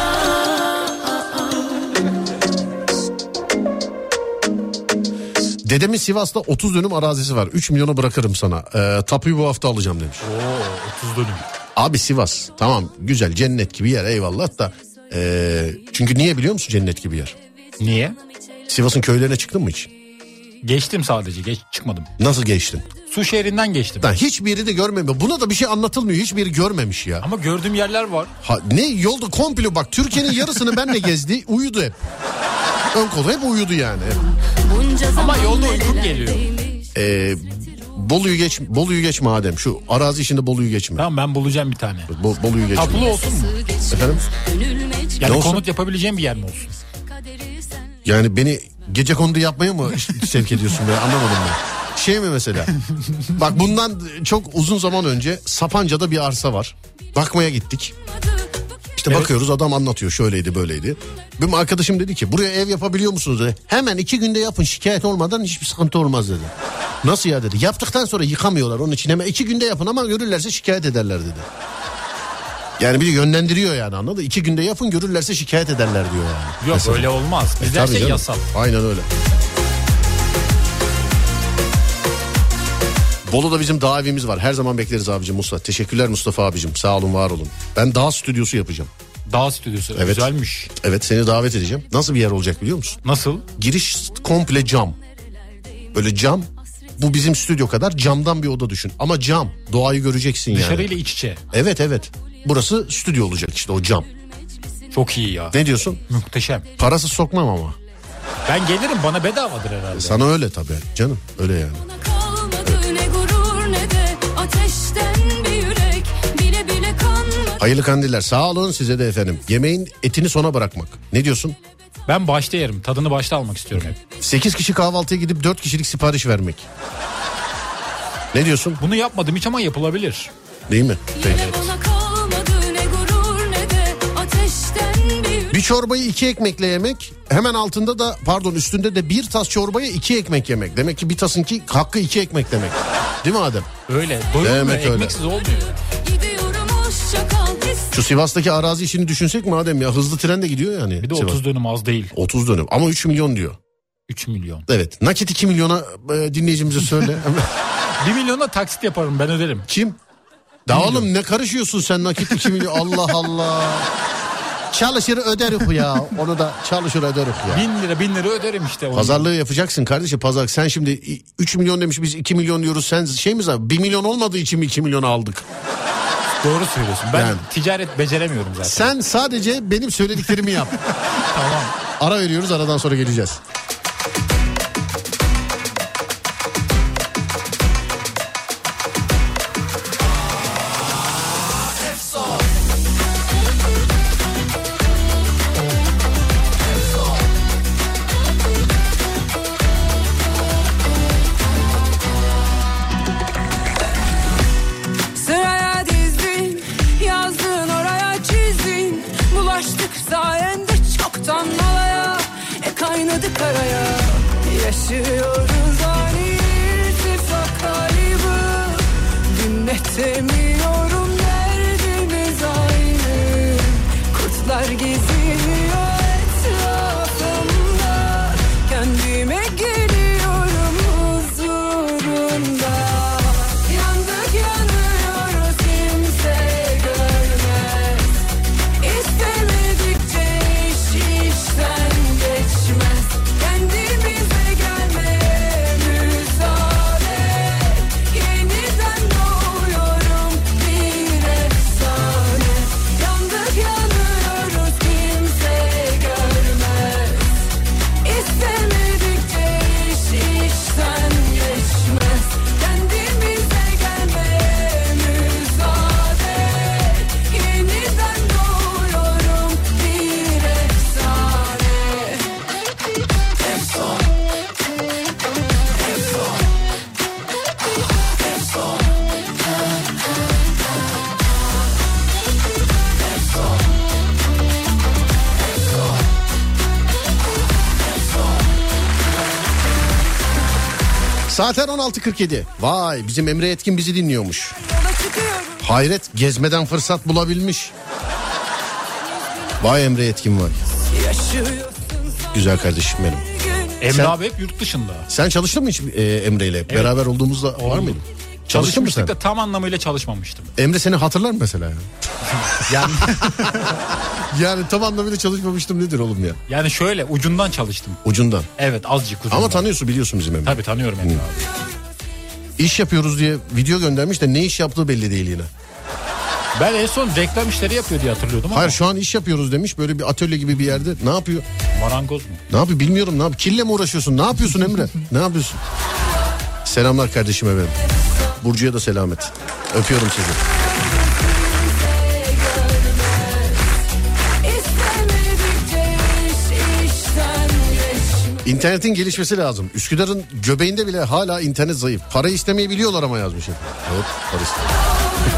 Dedemin Sivas'ta 30 dönüm arazisi var. 3 milyona bırakırım sana. Tapuyu bu hafta alacağım demiş. Oo, 30 dönüm. Abi Sivas tamam güzel, cennet gibi yer, eyvallah da. Çünkü niye biliyor musun cennet gibi yer? Niye? Sivas'ın köylerine çıktın mı hiç? Geçtim sadece, çıkmadım. Nasıl geçtin? Su şehrinden geçtim. Hiçbir yeri de görmemiş. Buna da bir şey anlatılmıyor. Hiçbir yeri görmemiş ya. Ama gördüğüm yerler var. Ne yolda komple bak, Türkiye'nin yarısını benle gezdi, uyudu hep. Ön kolu hep uyudu yani. Ama yolda uykum geliyor. Bolu'yu geç madem. Şu arazi işinde Bolu'yu geçme. Tamam, ben bulacağım bir tane. Bolu'yu geçme. Tapulu olsun mu? Efendim? Yani konut yapabileceğim bir yer mi olsun? Yani beni gecekondu yapmaya mı sevk ediyorsun be, anlamadım ben. Şey mi mesela? Bak bundan çok uzun zaman önce Sapanca'da bir arsa var. Bakmaya gittik. İşte evet. Bakıyoruz, adam anlatıyor, şöyleydi böyleydi. Benim arkadaşım dedi ki buraya ev yapabiliyor musunuz dedi. Hemen 2 günde yapın, şikayet olmadan hiçbir sıkıntı olmaz dedi. Nasıl ya dedi. Yaptıktan sonra yıkamıyorlar, onun için hemen 2 günde yapın ama görürlerse şikayet ederler dedi. Yani bir de yönlendiriyor yani, anladın? 2 günde yapın, görürlerse şikayet ederler diyor yani. Yok mesela. Öyle olmaz. Bizde her şey yasal. Aynen öyle. Bolu'da bizim dağ evimiz var. Her zaman bekleriz abicim Mustafa. Teşekkürler Mustafa abicim. Sağ olun, var olun. Ben dağ stüdyosu yapacağım. Dağ stüdyosu. Evet. Güzelmiş. Evet, seni davet edeceğim. Nasıl bir yer olacak biliyor musun? Nasıl? Giriş komple cam. Böyle cam. Bu bizim stüdyo kadar camdan bir oda düşün. Ama cam. Doğayı göreceksin yani. Dışarıyla iç içe. Evet. Burası stüdyo olacak işte, o cam. Çok iyi ya. Ne diyorsun? Muhteşem. Parasız sokmam ama. Ben gelirim, bana bedavadır herhalde. Sana öyle tabii canım, öyle yani. Hayırlı kandiller, sağ olun size de efendim. Yemeğin etini sona bırakmak. Ne diyorsun? Ben başta yerim. Tadını başta almak istiyorum hep. 8 kişi kahvaltıya gidip 4 kişilik sipariş vermek. Ne diyorsun? Bunu yapmadım hiç ama yapılabilir. Değil mi? Peki. Bir Bir çorbayı 2 ekmekle yemek, hemen altında da üstünde de bir tas çorbaya 2 ekmek yemek. Demek ki bir tasınki hakkı 2 ekmek demek. Değil mi Adem? Öyle. Doyulmuyor, Demek öyle. ekmeksiz olmuyor. Şu Sivas'taki arazi işini düşünsek mi Adem ya? Hızlı tren de gidiyor yani. Bir de Sivas. 30 dönüm az değil. 30 dönüm ama 3 milyon diyor. 3 milyon. Evet. Nakit 2 milyona dinleyicimize söyle. 1 milyona taksit yaparım, ben öderim. Kim? Daha oğlum ne karışıyorsun sen nakit 2 milyon? Allah Allah. Çalışır öderik ya. Onu da çalışır öderik ya. 1000 lira öderim işte. Pazarlığı yapacaksın kardeşim, pazar. Sen şimdi 3 milyon demiş, biz 2 milyon diyoruz. Sen şey mi zaten 1 milyon olmadığı için mi 2 milyonu aldık? Doğru söylüyorsun. Ben Yani. ticaret beceremiyorum zaten. Sen sadece benim söylediklerimi yap. Tamam. Ara veriyoruz, aradan sonra geleceğiz. Sıraya dizdin, yazdın oraya çizdin. Bulaştık sayende çoktan malaya, kaynadık araya. Yaşıyoruz ani irtifak kaybı. Dinletemiyorum, derdimiz aynı. Kurtlar geziyor etrafımda. Kendime geliyorum huzurunda. Yandık yanıyoruz, kimse görmez. İstemedikçe iş işten geçmez. Kendimize gelmeye müsaade. Yeniden doğuyorum bir efsane. Yandık yanıyoruz, kimse görmez. İstemedikçe iş işten geçmez. Kendimize gelmeye müsaade. Yeniden doğuyorum bir efsane. Saatler 16.47. Vay, bizim Emre Etkin bizi dinliyormuş. Yola çıkıyorum. Hayret, gezmeden fırsat bulabilmiş. Vay Emre Etkin vay. Yaşıyorsun Güzel kardeşim benim. Emre Sen- abi hep yurt dışında. Sen çalıştın mı hiç Emre ile? Beraber olduğumuzda var Oldu. mıydın? Çalıştın mı sen? Çalışmıştık da tam anlamıyla çalışmamıştım. Emre seni hatırlar mı mesela ya? Yani Yani tam anlamıyla çalışmamıştım nedir oğlum ya? yani şöyle ucundan çalıştım. Ucundan. Evet, azıcık ucundan. Ama tanıyorsun, biliyorsun bizim Emre. Tabii tanıyorum Emre abi. İş yapıyoruz diye video göndermiş de ne iş yaptığı belli değil yine. Ben en son reklam işleri yapıyor diye hatırlıyordum ama. Hayır, şu an iş yapıyoruz demiş, böyle bir atölye gibi bir yerde. Ne yapıyor? Marangoz mu? Ne yapıyor bilmiyorum, ne yapıyor? Kille mi uğraşıyorsun? Ne yapıyorsun Emre? Ne yapıyorsun? Selamlar kardeşime benim. Burcu'ya da selamet. Öpüyorum sizi. İstemedikçe iş işten geçmez. İnternetin gelişmesi lazım. Üsküdar'ın göbeğinde bile hala internet zayıf. Para istemeyi biliyorlar ama yazmış. Evet, para istemeyi.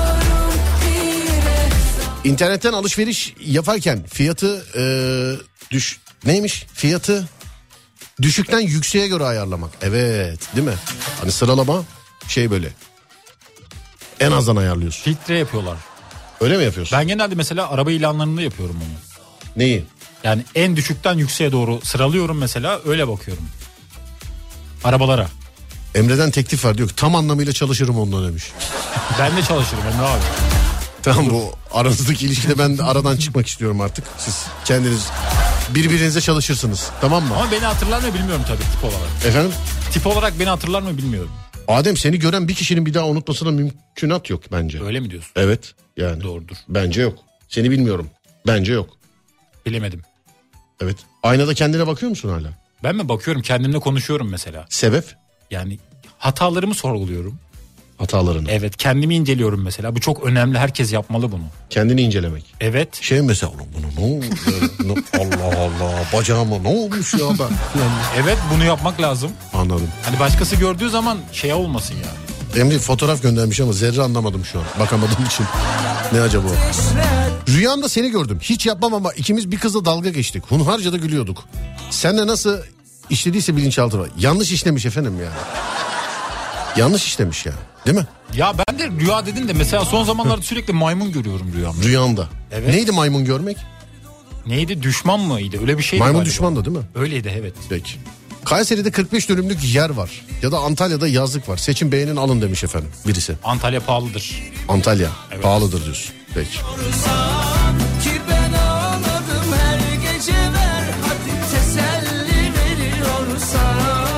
İnternetten alışveriş yaparken fiyatı neymiş? Fiyatı düşükten yükseğe göre ayarlamak. Evet, değil mi? Hani sıralama şey böyle. En azdan ayarlıyorsun. Filtre yapıyorlar. Öyle mi yapıyorsun? Ben genelde mesela araba ilanlarında yapıyorum bunu. Neyi? Yani en düşükten yükseğe doğru sıralıyorum mesela, öyle bakıyorum. Arabalara. Emre'den teklif var, diyor ki tam anlamıyla çalışırım onunla demiş. Ben de çalışırım Emre abi. Tamam, bu aranızdaki ilişkide ben de aradan çıkmak istiyorum artık. Siz kendiniz birbirinize çalışırsınız, tamam mı? Ama beni hatırlar mı bilmiyorum tabii tip olarak. Efendim? Tip olarak beni hatırlar mı bilmiyorum. Adem, seni gören bir kişinin bir daha unutmasına mümkünat yok bence. Öyle mi diyorsun? Evet yani. Doğrudur. Bence yok. Seni bilmiyorum. Bence yok. Bilemedim. Evet. Aynada kendine bakıyor musun hala? Ben mi bakıyorum, kendimle konuşuyorum mesela. Sebep? Yani hatalarımı sorguluyorum. Hatalarını. Evet, kendimi inceliyorum mesela. Bu çok önemli, herkes yapmalı bunu. Kendini incelemek. Evet. Şey mesela, oğlum bunu ne oldu? Allah Allah, bacağıma ne olmuş ya ben? Evet, bunu yapmak lazım. Anladım. Hani başkası gördüğü zaman şey olmasın yani. Emre fotoğraf göndermiş ama zerre anlamadım şu an. Bakamadığım için. Ne acaba o? Rüyamda seni gördüm. Hiç yapmam ama ikimiz bir kızla dalga geçtik. Hunharca da gülüyorduk. Sen de nasıl işlediyse bilinçaltı var. Yanlış işlemiş efendim ya. Yanlış işlemiş ya. Değil mi? Ya ben de rüya dedin de mesela son zamanlarda sürekli maymun görüyorum rüyamda. Rüyanda. Evet. Neydi maymun görmek? Neydi, düşman mıydı? Öyle bir şeydi Maymun galiba. düşmandı değil mi? Öyleydi evet. Peki. Kayseri'de 45 dönümlük yer var. Ya da Antalya'da yazlık var. Seçin beğenin alın demiş efendim birisi. Antalya pahalıdır. Antalya Evet. pahalıdır diyorsun. Peki. Ki ben ağladım her gece ver hadi teselli veriyorsan.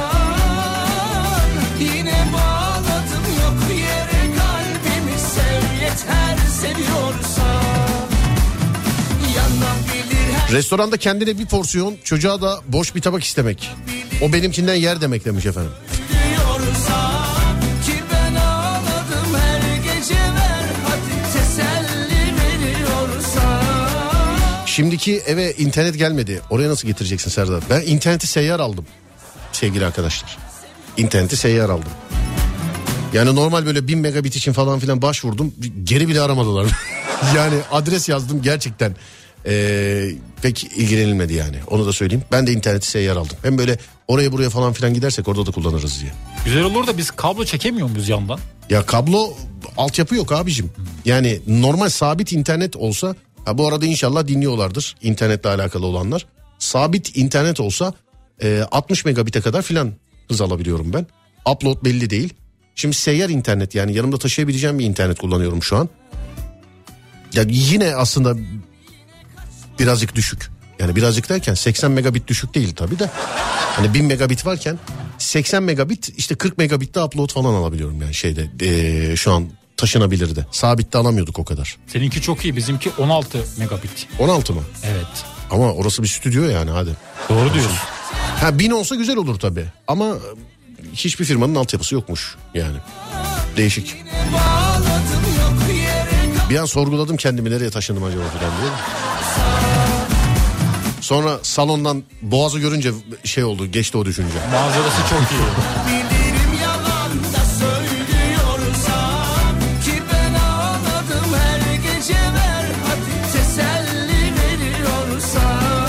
Yine bağladım yok yere kalbimi sev yeter seviyorsan. Yanabilir her Restoranda kendine bir porsiyon, çocuğa da boş bir tabak istemek. O benimkinden yer demek demiş efendim. diyorsan. Ki ben ağladım her gece ver hadi teselli veriyorsan. Şimdiki eve internet gelmedi. Oraya nasıl getireceksin Serdar? Ben interneti seyyar aldım sevgili arkadaşlar. İnterneti seyyar aldım. Yani normal böyle 1000 megabit için falan filan başvurdum. Geri bile aramadılar. Yani adres yazdım gerçekten. Pek ilgilenilmedi yani. Onu da söyleyeyim. Ben de interneti seyyar aldım. Hem böyle oraya buraya falan filan gidersek orada da kullanırız diye. Güzel olur da biz kablo çekemiyor muyuz yandan? Ya kablo altyapı yok abicim. Yani normal sabit internet olsa, ha bu arada inşallah dinliyorlardır internetle alakalı olanlar. Sabit internet olsa 60 megabite kadar filan hız alabiliyorum ben. Upload belli değil. Şimdi seyyar internet, yani yanımda taşıyabileceğim bir internet kullanıyorum şu an. Ya yine aslında birazcık düşük. Yani birazcık derken 80 megabit düşük değil tabii de. Hani 1000 megabit varken 80 megabit işte 40 megabitte upload falan alabiliyorum yani şeyde şu an taşınabilir de. Sabitte alamıyorduk o kadar. Seninki çok iyi, bizimki 16 megabit. 16 mı? Evet. Ama orası bir stüdyo yani hadi. Doğru diyorsun. Ha 1000 olsa güzel olur tabii. Ama hiçbir firmanın altyapısı yokmuş yani. Değişik. Bir an sorguladım kendimi, nereye taşındım acaba falan diye. Sonra salondan Boğaz'ı görünce şey oldu, geçti o düşünce. Manzarası çok iyi. Bilirim yalan da söylüyorsan. Ki ben ağladım her gece ver hadi teselli veriyorsan.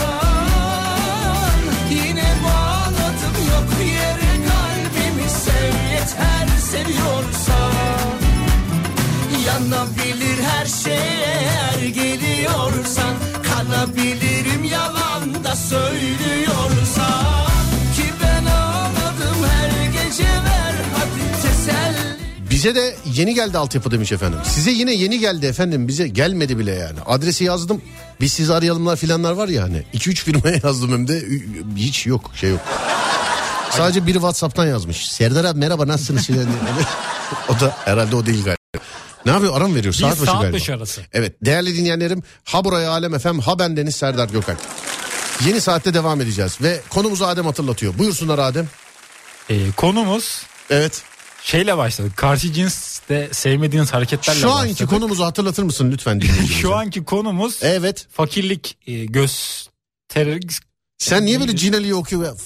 Yine bağladım yok yere kalbimi sev yeter seviyorsan. Yanabilir her şeye eğer geliyorsan. Kanabilirim yalan da söylüyorsan. Ki ben ağladım her gece ver hadi teselli. Bize de yeni geldi altyapı demiş efendim. Size yine yeni geldi efendim, bize gelmedi bile yani. Adresi yazdım. Biz sizi arayalımlar filanlar var ya hani. 2-3 firmaya yazdım hem de hiç yok, şey yok. Sadece biri WhatsApp'tan yazmış. Serdar abi merhaba nasılsınız? O da herhalde o değil galiba. Ne yapıyor, ara mı veriyor? Saat başı galiba. başı arası. Evet değerli dinleyenlerim, ha buraya Alem FM, ha bendeniz Serdar Gökalp. Yeni saatte devam edeceğiz ve konumuzu Adem hatırlatıyor. Buyursunlar Adem. Konumuz Evet. şeyle başladı. Karşı cinste sevmediğiniz hareketlerle Şu başladık. anki konumuzu hatırlatır mısın lütfen dinleyicilerimize? Şu anki konumuz Evet. fakirlik gösterir. Sen niye böyle Cinali'yi okuyor?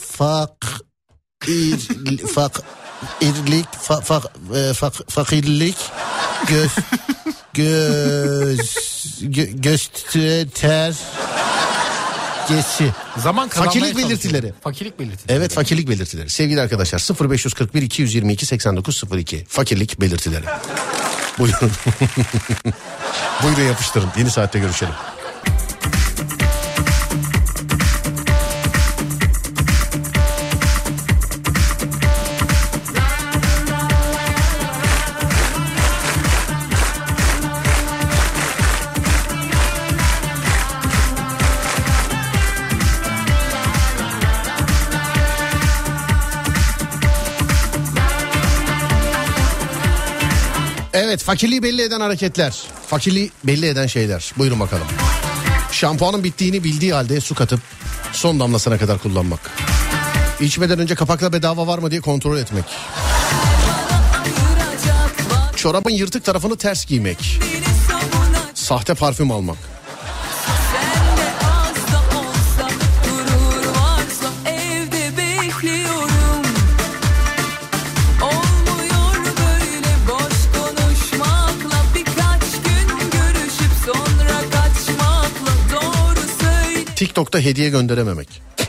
Fakirlik göster gesi. Zaman kazanmaya Fakirlik çalışıyorum. belirtileri. Fakirlik belirtileri. Evet, fakirlik belirtileri. Sevgili arkadaşlar 0541 222 8902 fakirlik belirtileri. Buyurun. Buyurun yapıştırın. Yeni saatte görüşelim. Evet, fakirliği belli eden hareketler, fakirliği belli eden şeyler. Buyurun bakalım. Şampuanın bittiğini bildiği halde su katıp son damlasına kadar kullanmak. İçmeden önce kapakla bedava var mı diye kontrol etmek. Çorabın yırtık tarafını ters giymek. Sahte parfüm almak. TikTok'ta hediye gönderememek.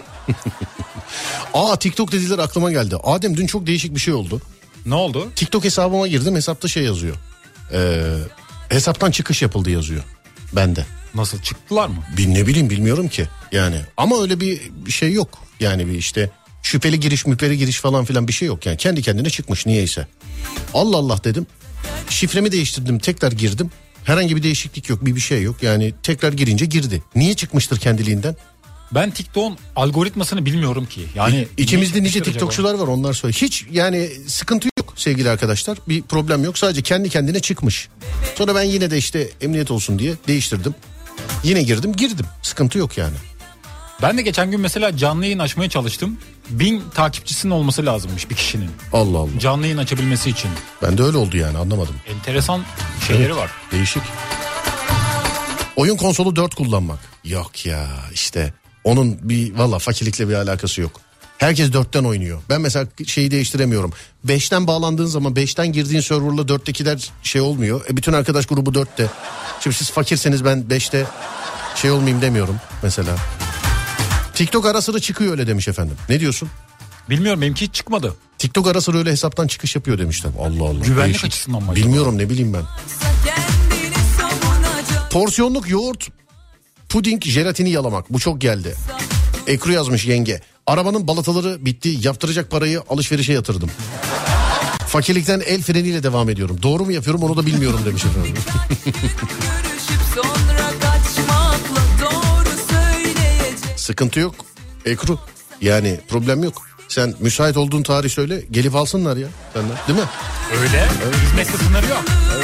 TikTok dediler aklıma geldi. Adem dün çok değişik bir şey oldu. Ne oldu? TikTok hesabıma girdim, hesapta şey yazıyor. Hesaptan çıkış yapıldı yazıyor. Bende. Nasıl, çıktılar mı? Ne bileyim, bilmiyorum ki. Yani ama öyle bir şey yok. Yani bir işte şüpheli giriş falan filan bir şey yok. Yani kendi kendine çıkmış niyeyse. Allah Allah dedim. Şifremi değiştirdim, tekrar girdim. Herhangi bir değişiklik yok, bir şey yok. Yani tekrar girince girdi. Niye çıkmıştır kendiliğinden? Ben TikTok'un algoritmasını bilmiyorum ki. Yani İçimizde nice TikTokçular var, onlar söylüyor. Hiç yani sıkıntı yok sevgili arkadaşlar. Bir problem yok, sadece kendi kendine çıkmış. Sonra ben yine de işte emniyet olsun diye değiştirdim. Yine girdim. Sıkıntı yok yani. Ben de geçen gün mesela canlı yayın açmaya çalıştım. 1000 takipçisinin olması lazımmış bir kişinin. Allah Allah. Canlı yayın açabilmesi için. Ben de öyle oldu yani, anlamadım. Enteresan şeyleri var. Değişik. Oyun konsolu 4 kullanmak. Yok ya işte. Onun valla fakirlikle bir alakası yok. Herkes 4'ten oynuyor. Ben mesela şeyi değiştiremiyorum. 5'ten bağlandığın zaman 5'ten girdiğin serverla 4'tekiler şey olmuyor. Bütün arkadaş grubu 4'te. Şimdi siz fakirseniz ben 5'te şey olmayayım demiyorum mesela. TikTok ara sıra çıkıyor öyle demiş efendim. Ne diyorsun? Bilmiyorum, benimki hiç çıkmadı. TikTok ara sıra öyle hesaptan çıkış yapıyor demişler. Allah Allah. Güvenlik değişik. açısından mı acaba? Bilmiyorum, ne bileyim ben. Porsiyonluk yoğurt, puding, jelatini yalamak. Bu çok geldi. Ekru yazmış yenge. Arabanın balataları bitti. Yaptıracak parayı alışverişe yatırdım. Fakirlikten el freniyle devam ediyorum. Doğru mu yapıyorum onu da bilmiyorum demiş efendim. Sıkıntı yok Ekru. Yani problem yok. Sen müsait olduğun tarih söyle, gelip alsınlar ya senden, değil mi? Öyle. Evet. Hizmet sınırı yok. Evet.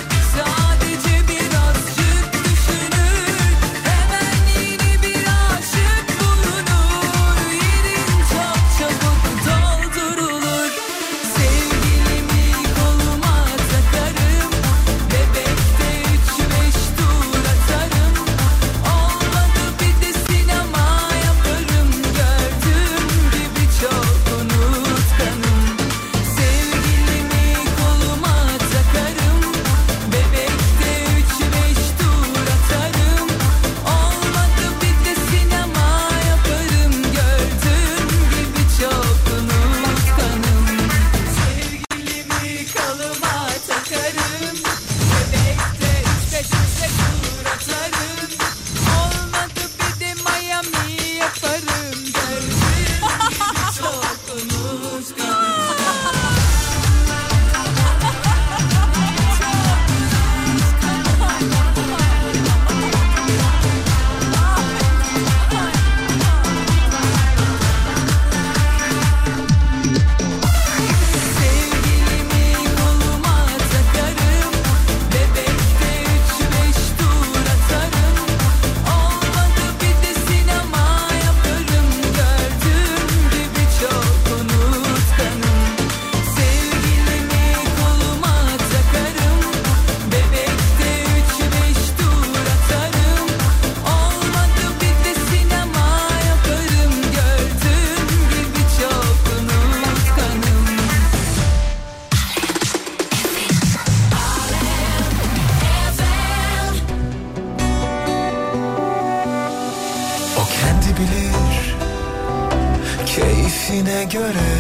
keyfine göre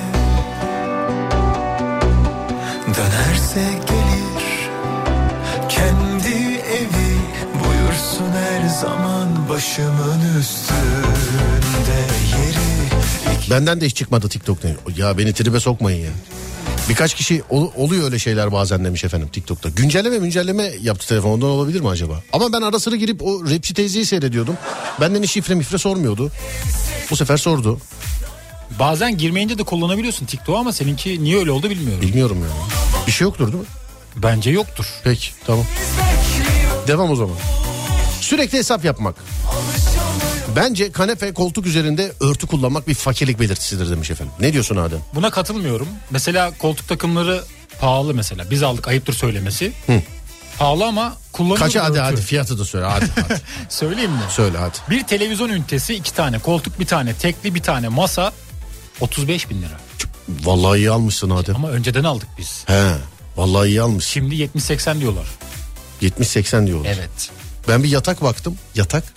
dönerse gelir kendi evi buyursun her zaman başımın üstünde yeri. Benden de hiç çıkmadı TikTok'ta. Ya beni tribe sokmayın ya. Birkaç kişi oluyor öyle şeyler bazen demiş efendim TikTok'ta. Güncelleme yaptı telefonundan, olabilir mi acaba? Ama ben ara sıra girip o rapçi teyzeyi seyrediyordum. Benden hiç şifre sormuyordu. Bu sefer sordu. Bazen girmeyince de kullanabiliyorsun TikTok'u ama seninki niye öyle oldu bilmiyorum. Bilmiyorum yani. Bir şey yoktur değil mi? Bence yoktur. Peki tamam. Devam o zaman. Sürekli hesap yapmak. Bence kanepe, koltuk üzerinde örtü kullanmak bir fakirlik belirtisidir demiş efendim. Ne diyorsun Adem? Buna katılmıyorum. Mesela koltuk takımları pahalı mesela. Biz aldık, ayıptır söylemesi. Hı. Pahalı ama kullanılır. Kaça örtü. hadi fiyatı da söyle hadi. Söyleyeyim mi? Söyle hadi. Bir televizyon ünitesi, 2 tane koltuk, bir tane tekli, bir tane masa, 35.000 lira. Vallahi iyi almışsın Adem. Ama önceden aldık biz. He. Vallahi iyi almışsın. Şimdi 70-80 diyorlar. 70-80 diyorlar. Evet. Ben bir yatak baktım. Yatak.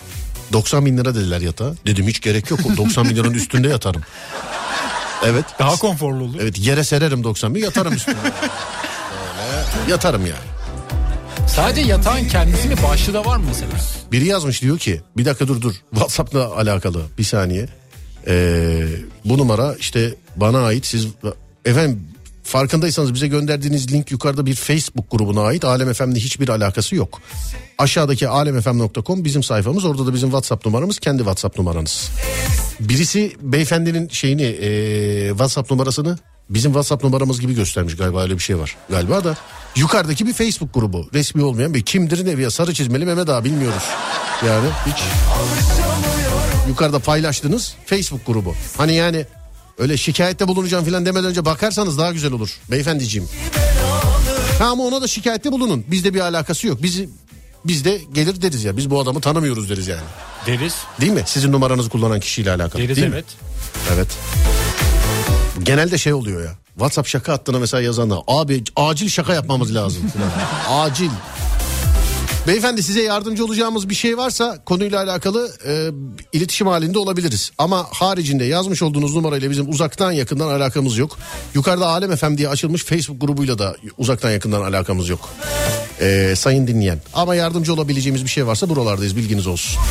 90 bin lira dediler yatağa. Dedim hiç gerek yok. 90 bin liranın üstünde yatarım. Evet. Daha konforlu olur. Evet, yere sererim 90 bin, yatarım üstüne. Yatarım yani. Sadece yatağın kendisi mi, başlığı da var mı mesela? Biri yazmış, diyor ki bir dakika dur. WhatsApp'la alakalı bir saniye. Bu numara işte bana ait. Siz efendim farkındaysanız bize gönderdiğiniz link yukarıda bir Facebook grubuna ait. Alem FM'le hiçbir alakası yok. Aşağıdaki alemfm.com bizim sayfamız. Orada da bizim WhatsApp numaramız, kendi WhatsApp numaranız. Birisi beyefendinin şeyini WhatsApp numarasını bizim WhatsApp numaramız gibi göstermiş galiba, öyle bir şey var galiba da. Yukarıdaki bir Facebook grubu, resmi olmayan bir, kimdir nevi ya, sarı çizmeli Mehmet Ağa, bilmiyoruz. Yani hiç yukarıda paylaştığınız Facebook grubu. Hani yani öyle şikayette bulunacağım falan demeden önce bakarsanız daha güzel olur beyefendiciğim. Ha, ama ona da şikayette bulunun. Bizde bir alakası yok. Biz de gelir deriz ya, biz bu adamı tanımıyoruz deriz yani. Deriz. Değil mi? Sizin numaranızı kullanan kişiyle alakalı. Deriz, değil evet. Mi? Evet. Genelde şey oluyor ya. WhatsApp şaka hattına mesela yazanlar, abi acil şaka yapmamız lazım. Acil. Beyefendi, size yardımcı olacağımız bir şey varsa konuyla alakalı iletişim halinde olabiliriz. Ama haricinde yazmış olduğunuz numarayla bizim uzaktan yakından alakamız yok. Yukarıda Alem FM diye açılmış Facebook grubuyla da uzaktan yakından alakamız yok. Sayın dinleyen. Ama yardımcı olabileceğimiz bir şey varsa buralardayız, bilginiz olsun.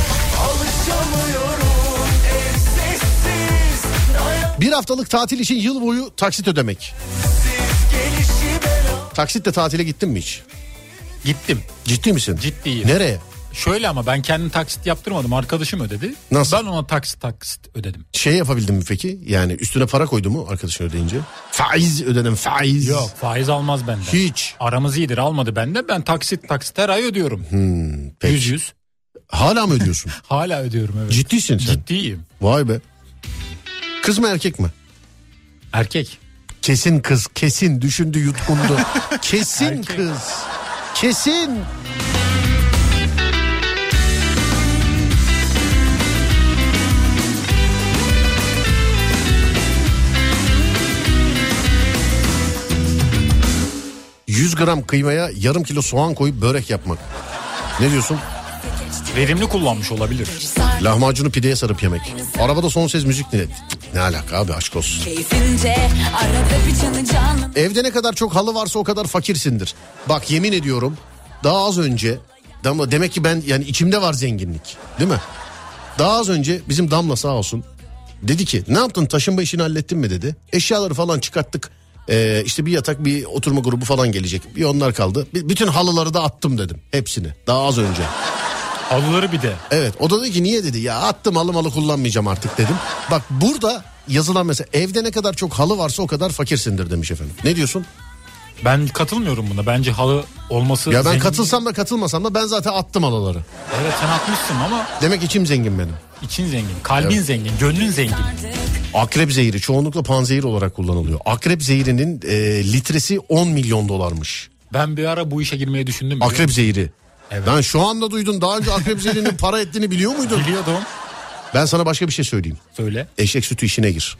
Bir haftalık tatil için yıl boyu taksit ödemek. Taksitle tatile gittin mi hiç? Gittim. Ciddi misin? Ciddiyim. Nereye? Şöyle, ama ben kendim taksit yaptırmadım. Arkadaşım ödedi. Nasıl? Ben ona taksit ödedim. Şey yapabildin mi peki? Yani üstüne para koydu mu arkadaşın ödeyince? Faiz ödedim, faiz. Yok, faiz almaz benden. Hiç. Aramız iyidir, almadı benden. Ben taksit her ay ödüyorum. Peki. 100. Hala mı ödüyorsun? Hala ödüyorum, evet. Ciddisin sen. Ciddiyim. Vay be. Kız mı erkek mi? Erkek. Kesin kız, kesin düşündü, yutkundu. Kesin Erkek. kız. Kesin. ...100 gram kıymaya yarım kilo soğan koyup börek yapmak. Ne diyorsun? Verimli kullanmış olabilir. Lahmacunu pideye sarıp yemek. Arabada son ses müzik dinlet. Ne alaka abi, aşk olsun. Evde ne kadar çok halı varsa o kadar fakirsindir. Bak yemin ediyorum, daha az önce Damla, demek ki ben yani içimde var zenginlik, değil mi? Daha az önce bizim Damla sağ olsun dedi ki, ne yaptın, taşınma işini hallettin mi dedi. Eşyaları falan çıkarttık. İşte bir yatak, bir oturma grubu falan gelecek. Bir onlar kaldı. Bütün halıları da attım dedim, hepsini, daha az önce. Halıları bir de. Evet, o da dedi ki niye dedi, ya attım, halı kullanmayacağım artık dedim. Bak burada yazılan mesela, evde ne kadar çok halı varsa o kadar fakirsindir demiş efendim. Ne diyorsun? Ben katılmıyorum buna. Bence halı olması... Ya ben katılsam da katılmasam da ben zaten attım halıları. Evet, sen atmışsın ama... Demek içim zengin benim. İçin zengin, kalbin zengin, gönlün zengin. Akrep zehri çoğunlukla panzehir olarak kullanılıyor. Akrep zehrinin litresi 10 milyon dolarmış. Ben bir ara bu işe girmeyi düşündüm. Akrep zehri. Evet. Ben şu anda duydum. Daha önce akrep zehrinin para ettiğini biliyor muydun? Biliyordum. Ben sana başka bir şey söyleyeyim. Söyle. Eşek sütü işine gir.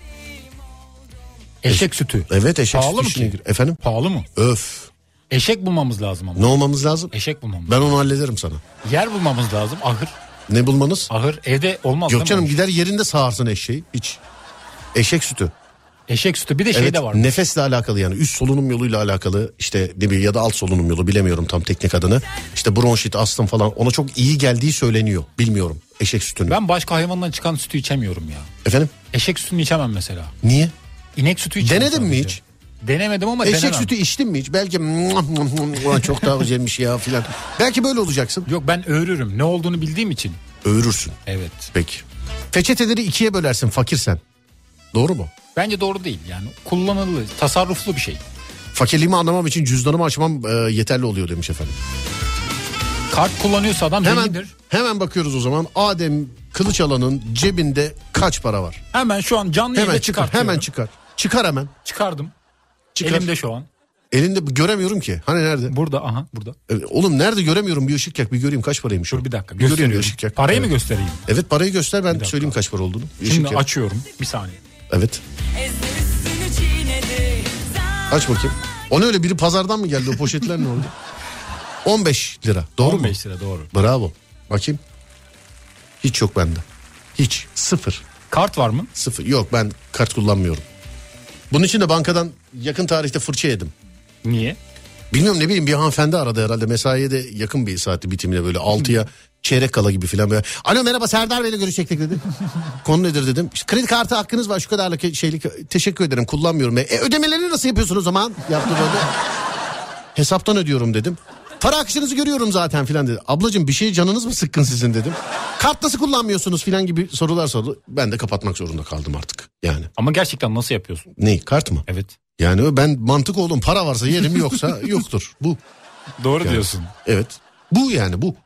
Eşek sütü. Evet, eşek Pahalı sütü mı işine ki? gir. Efendim? Pahalı mı? Öf. Eşek bulmamız lazım ama. Ne olmamız lazım? Eşek bulmamız. Ben onu hallederim sana. Yer bulmamız lazım. Ahır. Ne bulmanız? Ahır. Evde olmaz. Yok değil canım, mi? gider yerinde sağarsın eşeği. Hiç. Eşek sütü. Eşek sütü, bir de şey Evet, de var. nefesle alakalı, yani üst solunum yoluyla alakalı, işte ne bileyim, ya da alt solunum yolu, bilemiyorum tam teknik adını. İşte bronşit, astım falan, ona çok iyi geldiği söyleniyor. Bilmiyorum eşek sütünü. Ben başka hayvandan çıkan sütü içemiyorum ya. Efendim? Eşek sütünü içemem mesela. Niye? İnek sütü içemem. Denedin mi sadece. hiç? Denemedim ama Eşek denemem. sütü içtin mi hiç? Belki çok daha güzelmiş ya filan. Belki böyle olacaksın. Yok, ben öğürürüm. Ne olduğunu bildiğim için. Öğürürsün. Evet. Peki. Peçeteleri ikiye bölersin fakirsen. Doğru mu? Bence doğru değil yani. Kullanılır, tasarruflu bir şey. Fakirliğimi anlamam için cüzdanımı açmam yeterli oluyor demiş efendim. Kart kullanıyorsa adam zengindir. Hemen bakıyoruz o zaman. Adem Kılıçalan'ın cebinde kaç para var? Hemen şu an canlı Hemen yayında çıkar. çıkartıyorum. Hemen çıkar. Çıkar hemen. Çıkardım. Çıkar. Elimde şu an. Elinde göremiyorum ki. Hani nerede? Burada, aha burada. Oğlum nerede göremiyorum, bir ışık yak, bir göreyim kaç paraymış o. Dur bir dakika, Bir göreyim, bir gösteriyorum. ışık yak. Parayı Evet. mı göstereyim? Evet, parayı göster, ben dakika. söyleyeyim kaç para olduğunu. Işık Şimdi yak. açıyorum. Bir saniye. Evet. Aç bakayım. O ne öyle, biri pazardan mı geldi, o poşetler ne oldu? 15 lira. Doğru 15 lira doğru. mu? Bravo. Bakayım. Hiç yok bende. Hiç. Sıfır. Kart var mı? Sıfır. Yok, ben kart kullanmıyorum. Bunun için de bankadan yakın tarihte fırça yedim. Niye? Bilmiyorum, ne bileyim, bir hanımefendi aradı herhalde. Mesaiye de yakın bir saati bitimine, böyle 6'ya çeyrek kala gibi filan böyle. Alo merhaba, Serdar Bey'le görüşecektik dedi. Konu nedir dedim. İşte kredi kartı hakkınız var şu kadarlık şeylik, teşekkür ederim, kullanmıyorum. Ödemeleri nasıl yapıyorsunuz o zaman? Yaptı böyle. Hesaptan ödüyorum dedim. Para akışınızı görüyorum zaten filan dedi. Ablacığım bir şey canınız mı sıkkın sizin dedim. Kart nasıl kullanmıyorsunuz filan gibi sorular sordu. Ben de kapatmak zorunda kaldım artık yani. Ama gerçekten nasıl yapıyorsun? Ne, kart mı? Evet. Yani ben mantık oldum, para varsa yerim, yoksa yoktur. Bu. Doğru Yani, diyorsun. evet. Bu yani bu.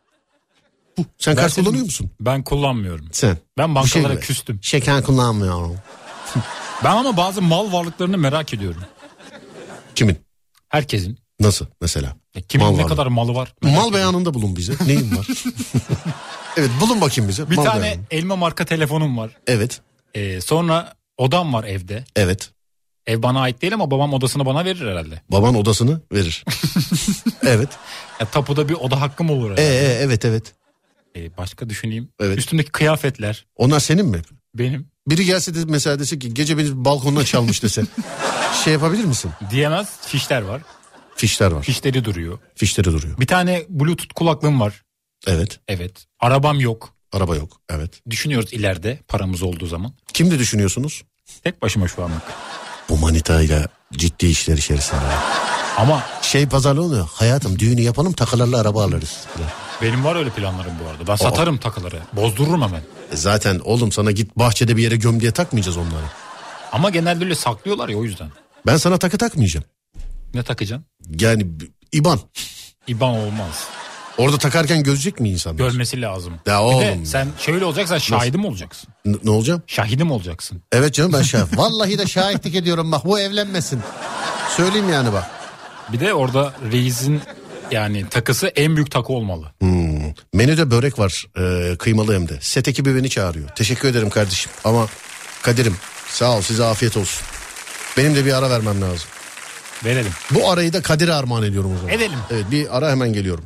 Sen kart senin- kullanıyor musun? Ben kullanmıyorum. Sen. Ben Bu şey bankalara gibi. küstüm. Şeker kullanmıyorum. Ben ama bazı mal varlıklarını merak ediyorum. Kimin? Herkesin. Nasıl mesela? Kimin Mal ne varlığı. kadar malı var? Mal beyanında bulun bize. Neyin var? Evet, bulun bakayım bize. Bir Mal tane beyanı. elma marka telefonum var. Evet. Sonra odam var evde. Evet. Ev bana ait değil ama babam odasını bana verir herhalde. Baban odasını verir. Evet. Ya, tapuda bir oda hakkım olur herhalde. Evet. Başka düşüneyim. Evet. Üstümdeki kıyafetler Onlar senin mi? benim. Biri gelse de mesela dese ki gece beni balkondan çalmış dese. Şey yapabilir misin? Diyemez, fişler var. Fişler var. Fişleri duruyor. Fişleri duruyor. Bir tane Bluetooth kulaklığım var. Evet. Evet. Arabam yok. Araba yok. Evet. Düşünüyoruz ileride paramız olduğu zaman. Kimle düşünüyorsunuz? Tek başıma şu anlık. Bu manitayla ciddi işler içerisinde. Ama Şey pazarlığı oluyor. Hayatım düğünü yapalım, takılarla araba alırız. benim var öyle planlarım bu arada. Ben satarım takıları. Bozdururum hemen. Zaten oğlum sana git bahçede bir yere göm diye takmayacağız onları. Ama genelde öyle saklıyorlar ya, o yüzden. Ben sana takı takmayacağım. Ne takacaksın? Yani İban. İban olmaz. Orada takarken gözecek mi insanlar? Görmesi lazım. Ya Bir oğlum de ya. sen şöyle olacaksan şahidim olacaksın. Ne olacağım? Şahidim olacaksın. Evet canım, ben şahit. Vallahi de şahitlik ediyorum, bak bu evlenmesin. Söyleyeyim yani bak. Bir de orada reisin yani takısı en büyük takı olmalı. Menüde börek var, kıymalı hem de. Set ekibi beni çağırıyor. Teşekkür ederim kardeşim. Ama Kadir'im sağ ol, size afiyet olsun. Benim de bir ara vermem lazım. Verelim. Bu arayı da Kadir'e armağan ediyorum o zaman. Edelim. Evet, bir ara, hemen geliyorum.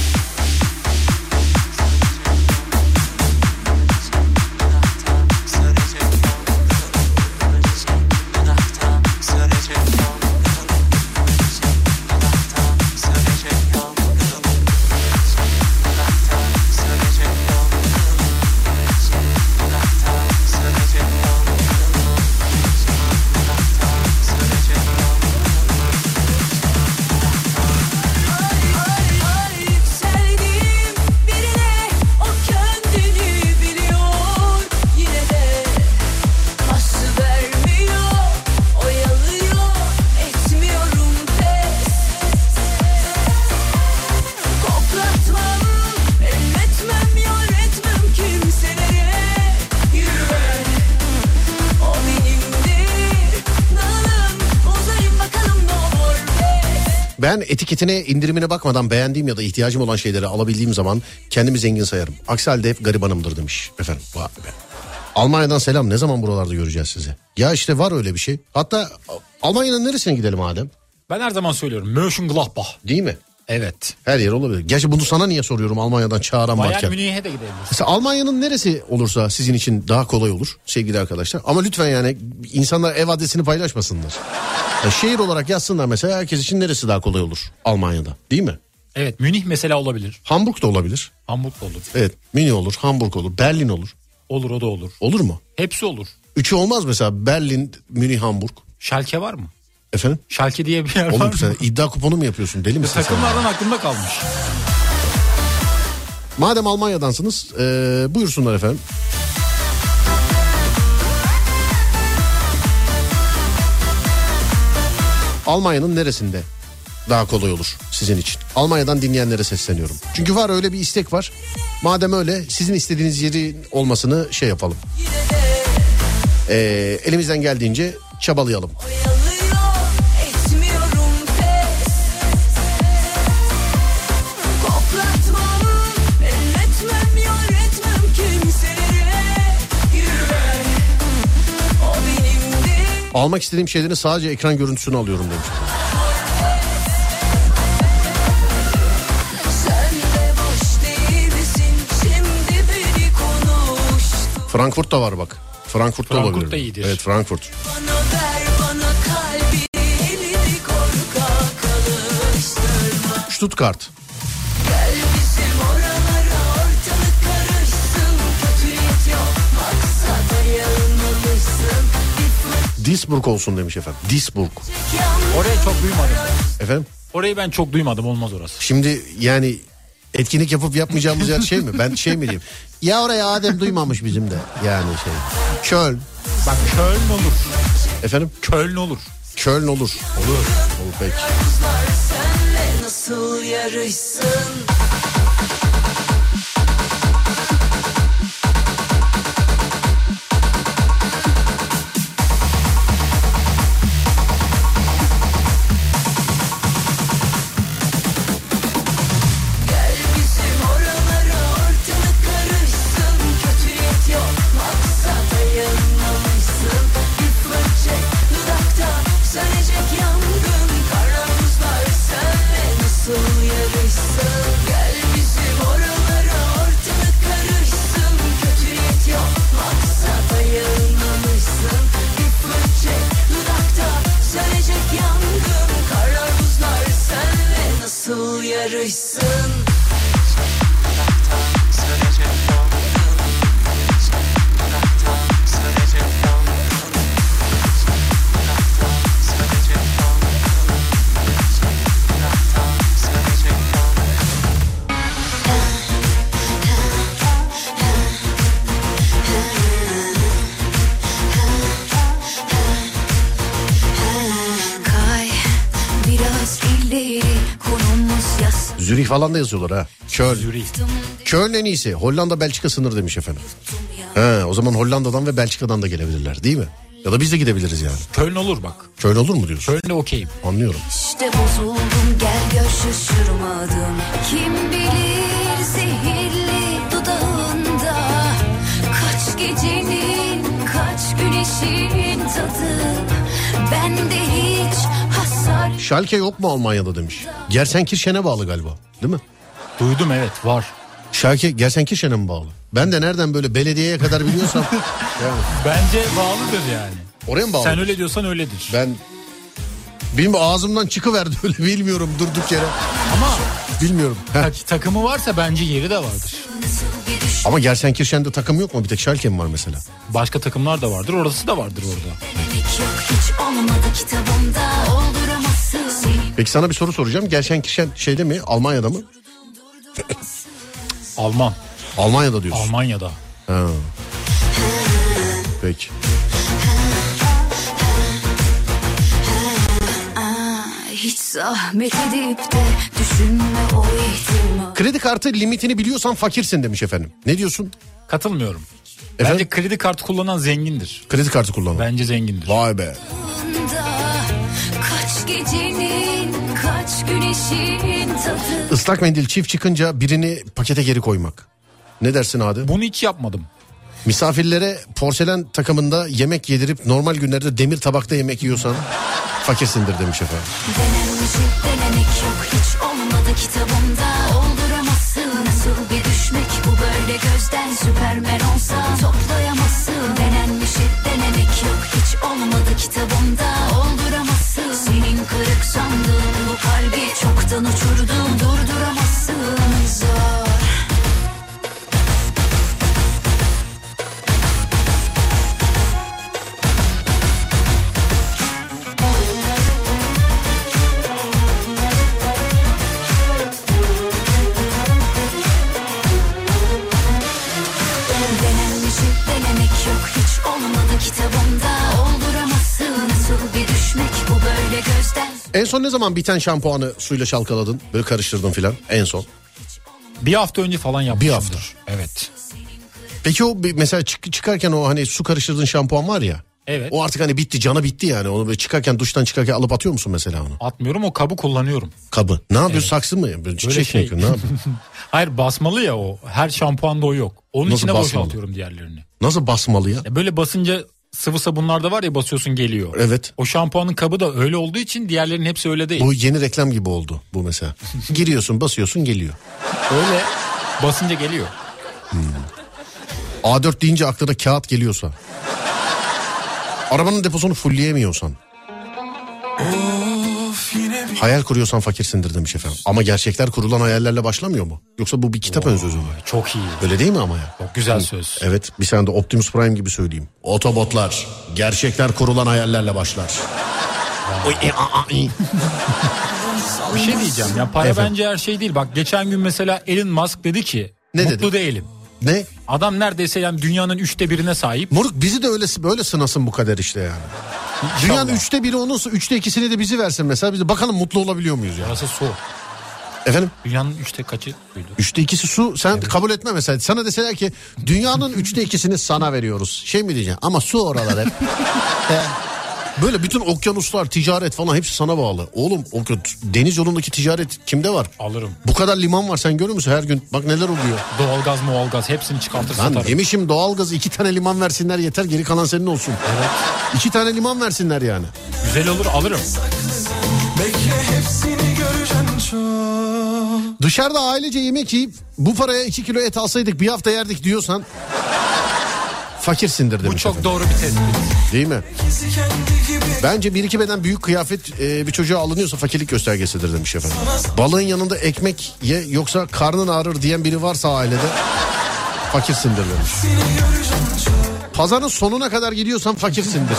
Sevdiğim birine o kendini biliyor, yine de pas vermiyor, oyalıyor, etmiyorum pes. Koklatmam, elletmem, yar etmem kimselere. Yürü, o benimdir, dalalım, uzayın bakalım ne olur be. Ben etiketine, indirimine bakmadan beğendiğim ya da ihtiyacım olan şeyleri alabildiğim zaman kendimi zengin sayarım. Aksi halde hep garibanımdır demiş efendim. Vay be. Almanya'dan selam, ne zaman buralarda göreceğiz sizi? Ya işte var öyle bir şey. Hatta Almanya'nın neresine gidelim Adem? Ben her zaman söylüyorum. Mönchengladbach. Değil mi? Evet. Her yer olabilir. Gerçi bunu sana niye soruyorum, Almanya'dan çağıran Bayern varken. Münih'e de gidebiliriz. Mesela Almanya'nın neresi olursa sizin için daha kolay olur sevgili arkadaşlar. Ama lütfen yani insanlar ev adresini paylaşmasınlar. Şehir olarak yazsınlar mesela, herkes için neresi daha kolay olur Almanya'da, değil mi? Evet, Münih mesela olabilir. Hamburg da olabilir. Hamburg da olur. Evet, Münih olur, Hamburg olur, Berlin olur. Olur, o da olur. Olur mu? Hepsi olur. Üçü olmaz mesela, Berlin, Münih, Hamburg. Schalke var mı? Efendim? Schalke diye bir yer var Oğlum mı? sen iddia kuponu mu yapıyorsun, deli misin sen? Takımlardan aklımda kalmış. Madem Almanya'dansınız buyursunlar efendim. Almanya'nın neresinde daha kolay olur sizin için? Almanya'dan dinleyenlere sesleniyorum. Çünkü var öyle bir istek var. Madem öyle, sizin istediğiniz yerin olmasını şey yapalım. Elimizden geldiğince çabalayalım. Oyalıyor, etmiyorum pes. Koklatmam, elletmem, yar etmem kimselere. Yürü, o benimdir. Almak istediğim şeylerin sadece ekran görüntüsünü alıyorum demiş. Sen de boş değilsin, şimdi beni konu Frankfurt da var bak. Frankfurt'ta olabilir. Frankfurt da iyidir. Evet, Frankfurt. Bana ver bana kalbi, elini korkak alıştırma. Stuttgart. Gel bizim oralara, ortalık karışsın. Kötü niyet yok, maksada yanılmışsın. Duisburg olsun demiş efendim. Duisburg. Orayı çok duymadım. Efendim? Orayı ben çok duymadım, olmaz orası. Şimdi yani etkinlik yapıp yapmayacağımız yer şey mi? Ben şey mi diyeyim? Ya oraya Adem duymamış bizim de. Yani şey. Köln. Bak Köln olur. Efendim? Köln olur. Köln olur. Olur. Olur peki. Kızlar senle nasıl yarışsın? Gel bizim oralara, ortalık karışsın. Kötü niyet yok, maksada yanılmışsın. Bir fırça dudakta sönecek yangın. Kara buzlar senle nasıl yarışsın? Gel bizim oralara, ortalık karışsın. Kötü niyet yok, maksada yanılmışsın. Bir fırça dudakta sönecek yangın. Kara buzlar senle nasıl yarışsın? Kay biraz ileri, konumuz yaz. Zürih falan da yazıyorlar ha. Köln. Zürih. Köln en iyisi. Hollanda Belçika sınır demiş efendim. He, o zaman Hollanda'dan ve Belçika'dan da gelebilirler değil mi? Ya da biz de gidebiliriz yani. Köln olur bak. Köln olur mu diyorsun? Köln'de okeyim. Anlıyorum. İşte bozuldum, gel gör şaşırmadım. Kim bilir zehirli dudağında kaç gecenin kaç güneşin tadı. Bende hiç hasar. Schalke yok mu Almanya'da demiş. Gersenkirchen'e bağlı galiba değil mi? Duydum, evet, var. Schalke Gersenkirchen'e mi bağlı? Ben de nereden böyle belediyeye kadar biliyorsam. Yani. Bence bağlıdır yani. Oraya mı bağlı? Sen öyle diyorsan öyledir. Ben benim ağzımdan çıkıverdi öyle, bilmiyorum durduk yere. Ama Bilmiyorum. Heh. takımı varsa bence yeri de vardır. Ama Gersenkirchen'de takım yok mu? Bir tek Schalke mi var mesela? Başka takımlar da vardır, orası da vardır orada. Demek yok hiç olmadı kitabımda, olduramazsın. Peki sana bir soru soracağım. Gersenkirchen şeyde mi? Almanya'da mı? Alman. Almanya'da diyorsun. Almanya'da. Ha. Peki. Hiç zahmet edip de düşünme o ihtimal. Kredi kartı limitini biliyorsan fakirsin demiş efendim. Ne diyorsun? Katılmıyorum. Efendim? Bence kredi kartı kullanan zengindir. Kredi kartı kullanma. Bence zengindir. Vay be. Kaç gecenin kaç güneşin tadı. Islak mendil çift çıkınca birini pakete geri koymak. Ne dersin Adi? Bunu hiç yapmadım. Misafirlere porselen takımında yemek yedirip normal günlerde demir tabakta yemek yiyorsan fakirsindir demiş efendim. Denenmiş denemek yok hiç olmadı kitabımda, olduramazsın. Nasıl bir düşmek bu böyle gözden, Süpermen olsan toplayamazsın. Denenmiş denemek yok hiç olmadı kitabımda, olduramazsın. Senin kırık sandığın bu kalbi çoktan uçurdum, durduramazsın. Zor. Denenmiş denemek yok hiç olmadı kitabımda, olduramazsın. Nasıl bir düşmek bu böyle gözden. En son ne zaman biten şampuanı suyla çalkaladın? Böyle karıştırdın filan en son. Bir hafta önce falan yapmışımdır. Bir hafta. Evet. Peki o mesela çıkarken o hani su karıştırdığın şampuan var ya. Evet. O artık hani bitti, canı bitti yani. Onu böyle çıkarken, duştan çıkarken alıp atıyor musun mesela onu? Atmıyorum, o kabı kullanıyorum. Kabı. Ne yapıyorsun, saksı mı? Böyle çiçek mi yapıyorsun? Ne yapıyorsun? Hayır, basmalı ya o. Her şampuanda o yok. Onun Nasıl içine basmalı? boşaltıyorum diğerlerini. Nasıl basmalı ya? Böyle basınca sıvı sabunlarda var ya, basıyorsun geliyor. Evet. O şampuanın kabı da öyle olduğu için diğerlerinin hepsi öyle değil. Bu yeni reklam gibi oldu bu mesela. Giriyorsun, basıyorsun, geliyor. Öyle basınca geliyor. A4 deyince aklına kağıt geliyorsa. Arabanın deposunu fullleyemiyorsan. Hayal kuruyorsan fakirsindir demiş efendim. Ama gerçekler kurulan hayallerle başlamıyor mu? Yoksa bu bir kitap ön sözü mü? Çok iyi. Öyle değil mi ama ya? Çok güzel söz. Evet, bir sene de Optimus Prime gibi söyleyeyim. Otobotlar, gerçekler kurulan hayallerle başlar. Bir şey diyeceğim ya, para Efendim? bence her şey değil. Bak geçen gün mesela Elon Musk dedi ki Ne mutlu dedi? değilim. Ne? Adam neredeyse yani dünyanın 1/3'üne sahip. Moruk bizi de öyle böyle sınasın bu kader işte yani. Dünyanın İnşallah. 1/3 olursa 2/3'sini de bizi versin mesela. Biz de bakalım mutlu olabiliyor muyuz ya? Orası su. Efendim? Dünyanın 3'te kaçı buydu? 2/3 su, sen kabul etme mesela. Sana deseler ki dünyanın 2/3'sini sana veriyoruz. Şey mi diyeceksin? Ama su oralar hep. Böyle bütün okyanuslar, ticaret falan hepsi sana bağlı. Oğlum deniz yolundaki ticaret kimde var? Alırım. Bu kadar liman var, sen görüyor musun her gün? Bak neler oluyor. Doğalgaz hepsini çıkartır Lan satarım. demişim doğalgazı 2 tane liman versinler yeter, geri kalan senin olsun. Evet. 2 tane liman versinler yani. Güzel olur, alırım. Bekle hepsini göreceğim çok. Dışarıda ailece yemek yiyip bu paraya 2 kilo et alsaydık bir hafta yerdik diyorsan fakirsindir demiş. Bu çok efendim. doğru bir tespit. Değil mi? Bence 1-2 beden büyük kıyafet bir çocuğa alınıyorsa fakirlik göstergesidir demiş efendim. Balığın yanında ekmek ye yoksa karnın ağrır diyen biri varsa ailede fakirsindir demiş. Pazarın sonuna kadar gidiyorsan fakirsindir.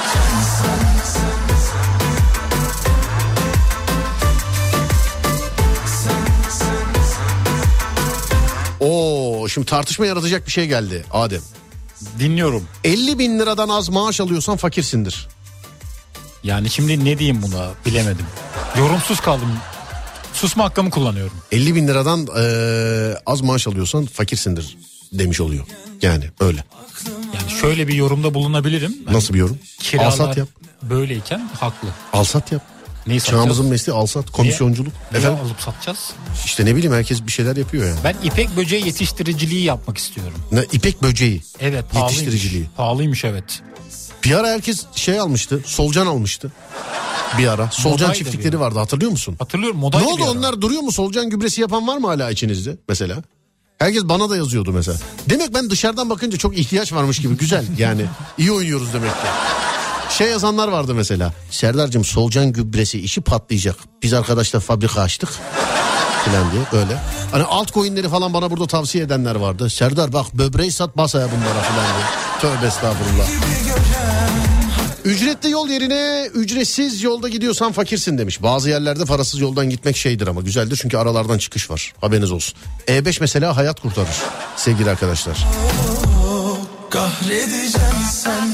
Şimdi tartışma yaratacak bir şey geldi Adem. Dinliyorum. 50 bin liradan az maaş alıyorsan fakirsindir. Yani şimdi ne diyeyim buna, bilemedim. Yorumsuz kaldım. Susma hakkımı kullanıyorum. 50 bin liradan az maaş alıyorsan fakirsindir demiş oluyor. Yani öyle. Yani şöyle bir yorumda bulunabilirim. Yani Nasıl bir yorum? kiralar Alsat yap. böyleyken haklı. Alsat yap. Neyi satacağız? Çağımızın mesleği alsat, komisyonculuk. Niye Efendim? alıp satacağız? İşte ne bileyim, herkes bir şeyler yapıyor yani. Ben ipek böceği yetiştiriciliği yapmak istiyorum. Ne, ipek böceği. Evet, pahalıymış. Yetiştiriciliği. Pahalıymış, evet. Bir ara herkes şey almıştı, solucan almıştı. Bir ara. Solucan Modaydı çiftlikleri bir. vardı, hatırlıyor musun? Hatırlıyorum, Ne modaydı oldu, bir ara. onlar duruyor mu? Solucan gübresi yapan var mı hala içinizde mesela? Herkes bana da yazıyordu mesela. Demek ben dışarıdan bakınca çok ihtiyaç varmış gibi, güzel yani. İyi oynuyoruz demek ki. Şey yazanlar vardı mesela. Serdar'cığım solucan gübresi işi patlayacak. Biz arkadaşlar fabrika açtık. Falan diye böyle. Hani altcoin'leri falan bana burada tavsiye edenler vardı. Serdar bak böbreği sat masaya bunlara falan diye. Tövbe estağfurullah. Ücretli yol yerine ücretsiz yolda gidiyorsan fakirsin demiş. Bazı yerlerde parasız yoldan gitmek şeydir ama güzeldir çünkü aralardan çıkış var. Haberiniz olsun. E5 mesela hayat kurtarır sevgili arkadaşlar. Kahredeceksin sen.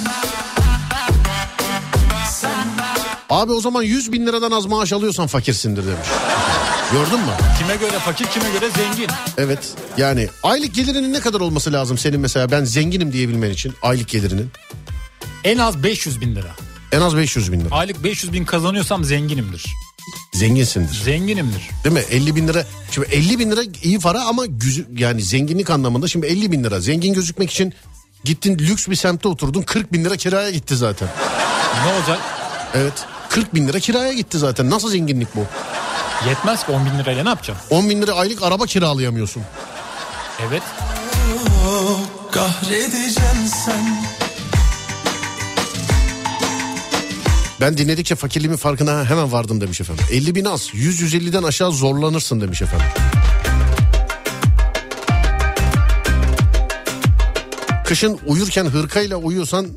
Abi o zaman 100 bin liradan az maaş alıyorsan fakirsindir demiş. Gördün mü? Kime göre fakir, kime göre zengin. Evet, yani aylık gelirinin ne kadar olması lazım senin mesela, ben zenginim diyebilmen için aylık gelirinin? En az 500 bin lira. En az 500 bin lira. Aylık 500 bin kazanıyorsam zenginimdir. Zenginsindir. Zenginimdir. Değil mi? 50 bin lira. Şimdi 50 bin lira iyi para ama yani zenginlik anlamında şimdi 50 bin lira. Zengin gözükmek için gittin lüks bir semtte oturdun, 40 bin lira kiraya gitti zaten. Ne olacak? Evet, 40 bin lira kiraya gitti zaten. Nasıl zenginlik bu? Yetmez ki 10 bin lirayla ne yapacağım? 10 bin lira aylık araba kiralayamıyorsun. Evet. Kahredeceksin sen. Ben dinledikçe fakirliğimin farkına hemen vardım demiş efendim. 50 bin az, 100-150'den aşağı zorlanırsın demiş efendim. Kışın uyurken hırkayla uyuyorsan...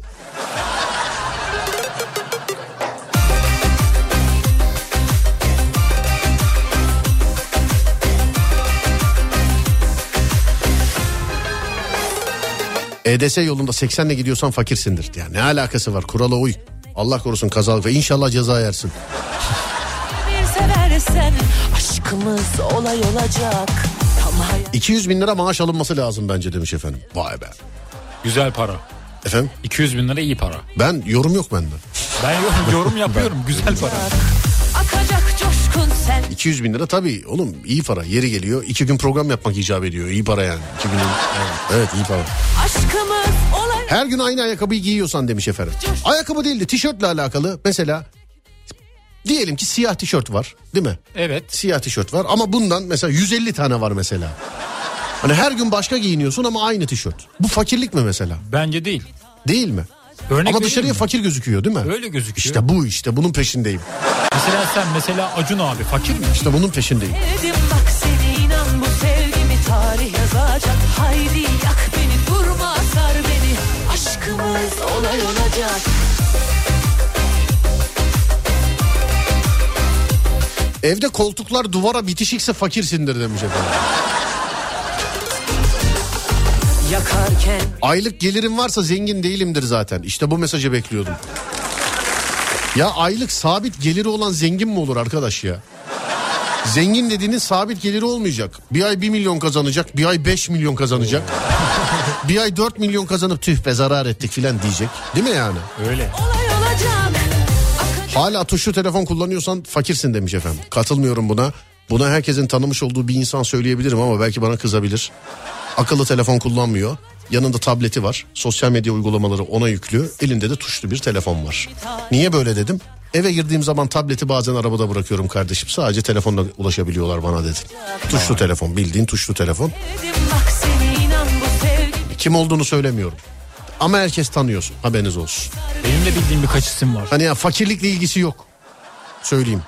EDS yolunda 80'le gidiyorsan fakirsindir. Ya ne alakası var? Kurala uy. Allah korusun kazalık ve inşallah ceza yersin. Bir seversen aşkımız olay olacak. 200 bin lira maaş alınması lazım bence demiş efendim. Vay be. Güzel para. Efendim? 200 bin lira iyi para. Ben yorum yok bende. Ben yorum yapıyorum. Güzel para. Akacak coşkun sen. 200 bin lira tabii oğlum, iyi para. Yeri geliyor 2 gün program yapmak icap ediyor. İyi para yani. 2 gün. Evet iyi para. Aşkımız olay. Her gün aynı ayakkabıyı giyiyorsan demiş efendim. Ayakkabı değil de tişörtle alakalı mesela. Diyelim ki siyah tişört var değil mi? Evet. Siyah tişört var ama bundan mesela 150 tane var mesela. Hani her gün başka giyiniyorsun ama aynı tişört. Bu fakirlik mi mesela? Bence değil. Değil mi? Örnek ama dışarıya fakir gözüküyor değil mi? Öyle gözüküyor. İşte bunun peşindeyim. Mesela Acun abi fakir mi? İşte bunun peşindeyim. Sevdim bak seni, inan bu sevgimi tarih yazacak. Haydi yak beni, durma sar beni, aşkımız olay olacak. Evde koltuklar duvara bitişikse fakirsindir demiş efendim. Yakarken Aylık gelirim varsa zengin değilimdir zaten. İşte bu mesajı bekliyordum. Ya aylık sabit geliri olan zengin mi olur arkadaş ya? Zengin dediğinin sabit geliri olmayacak. Bir ay 1 milyon kazanacak, bir ay 5 milyon kazanacak. Bir ay 4 milyon kazanıp tüh be zarar ettik filan diyecek. Değil mi yani? Öyle. olay olacak. Hala tuşlu telefon kullanıyorsan fakirsin demiş efendim. Katılmıyorum buna. Buna herkesin tanımış olduğu bir insan söyleyebilirim ama belki bana kızabilir. Akıllı telefon kullanmıyor. Yanında tableti var. Sosyal medya uygulamaları ona yüklü. Elinde de tuşlu bir telefon var. Niye böyle dedim? Eve girdiğim zaman tableti bazen arabada bırakıyorum kardeşim. Sadece telefonla ulaşabiliyorlar bana dedim. Tuşlu telefon, bildiğin tuşlu telefon. Sevdim bak seni, inan bu sevgimi. Kim olduğunu söylemiyorum. Ama herkes tanıyorsun, haberiniz olsun. Benim de bildiğim birkaç isim var. Hani ya fakirlikle ilgisi yok. Söyleyeyim.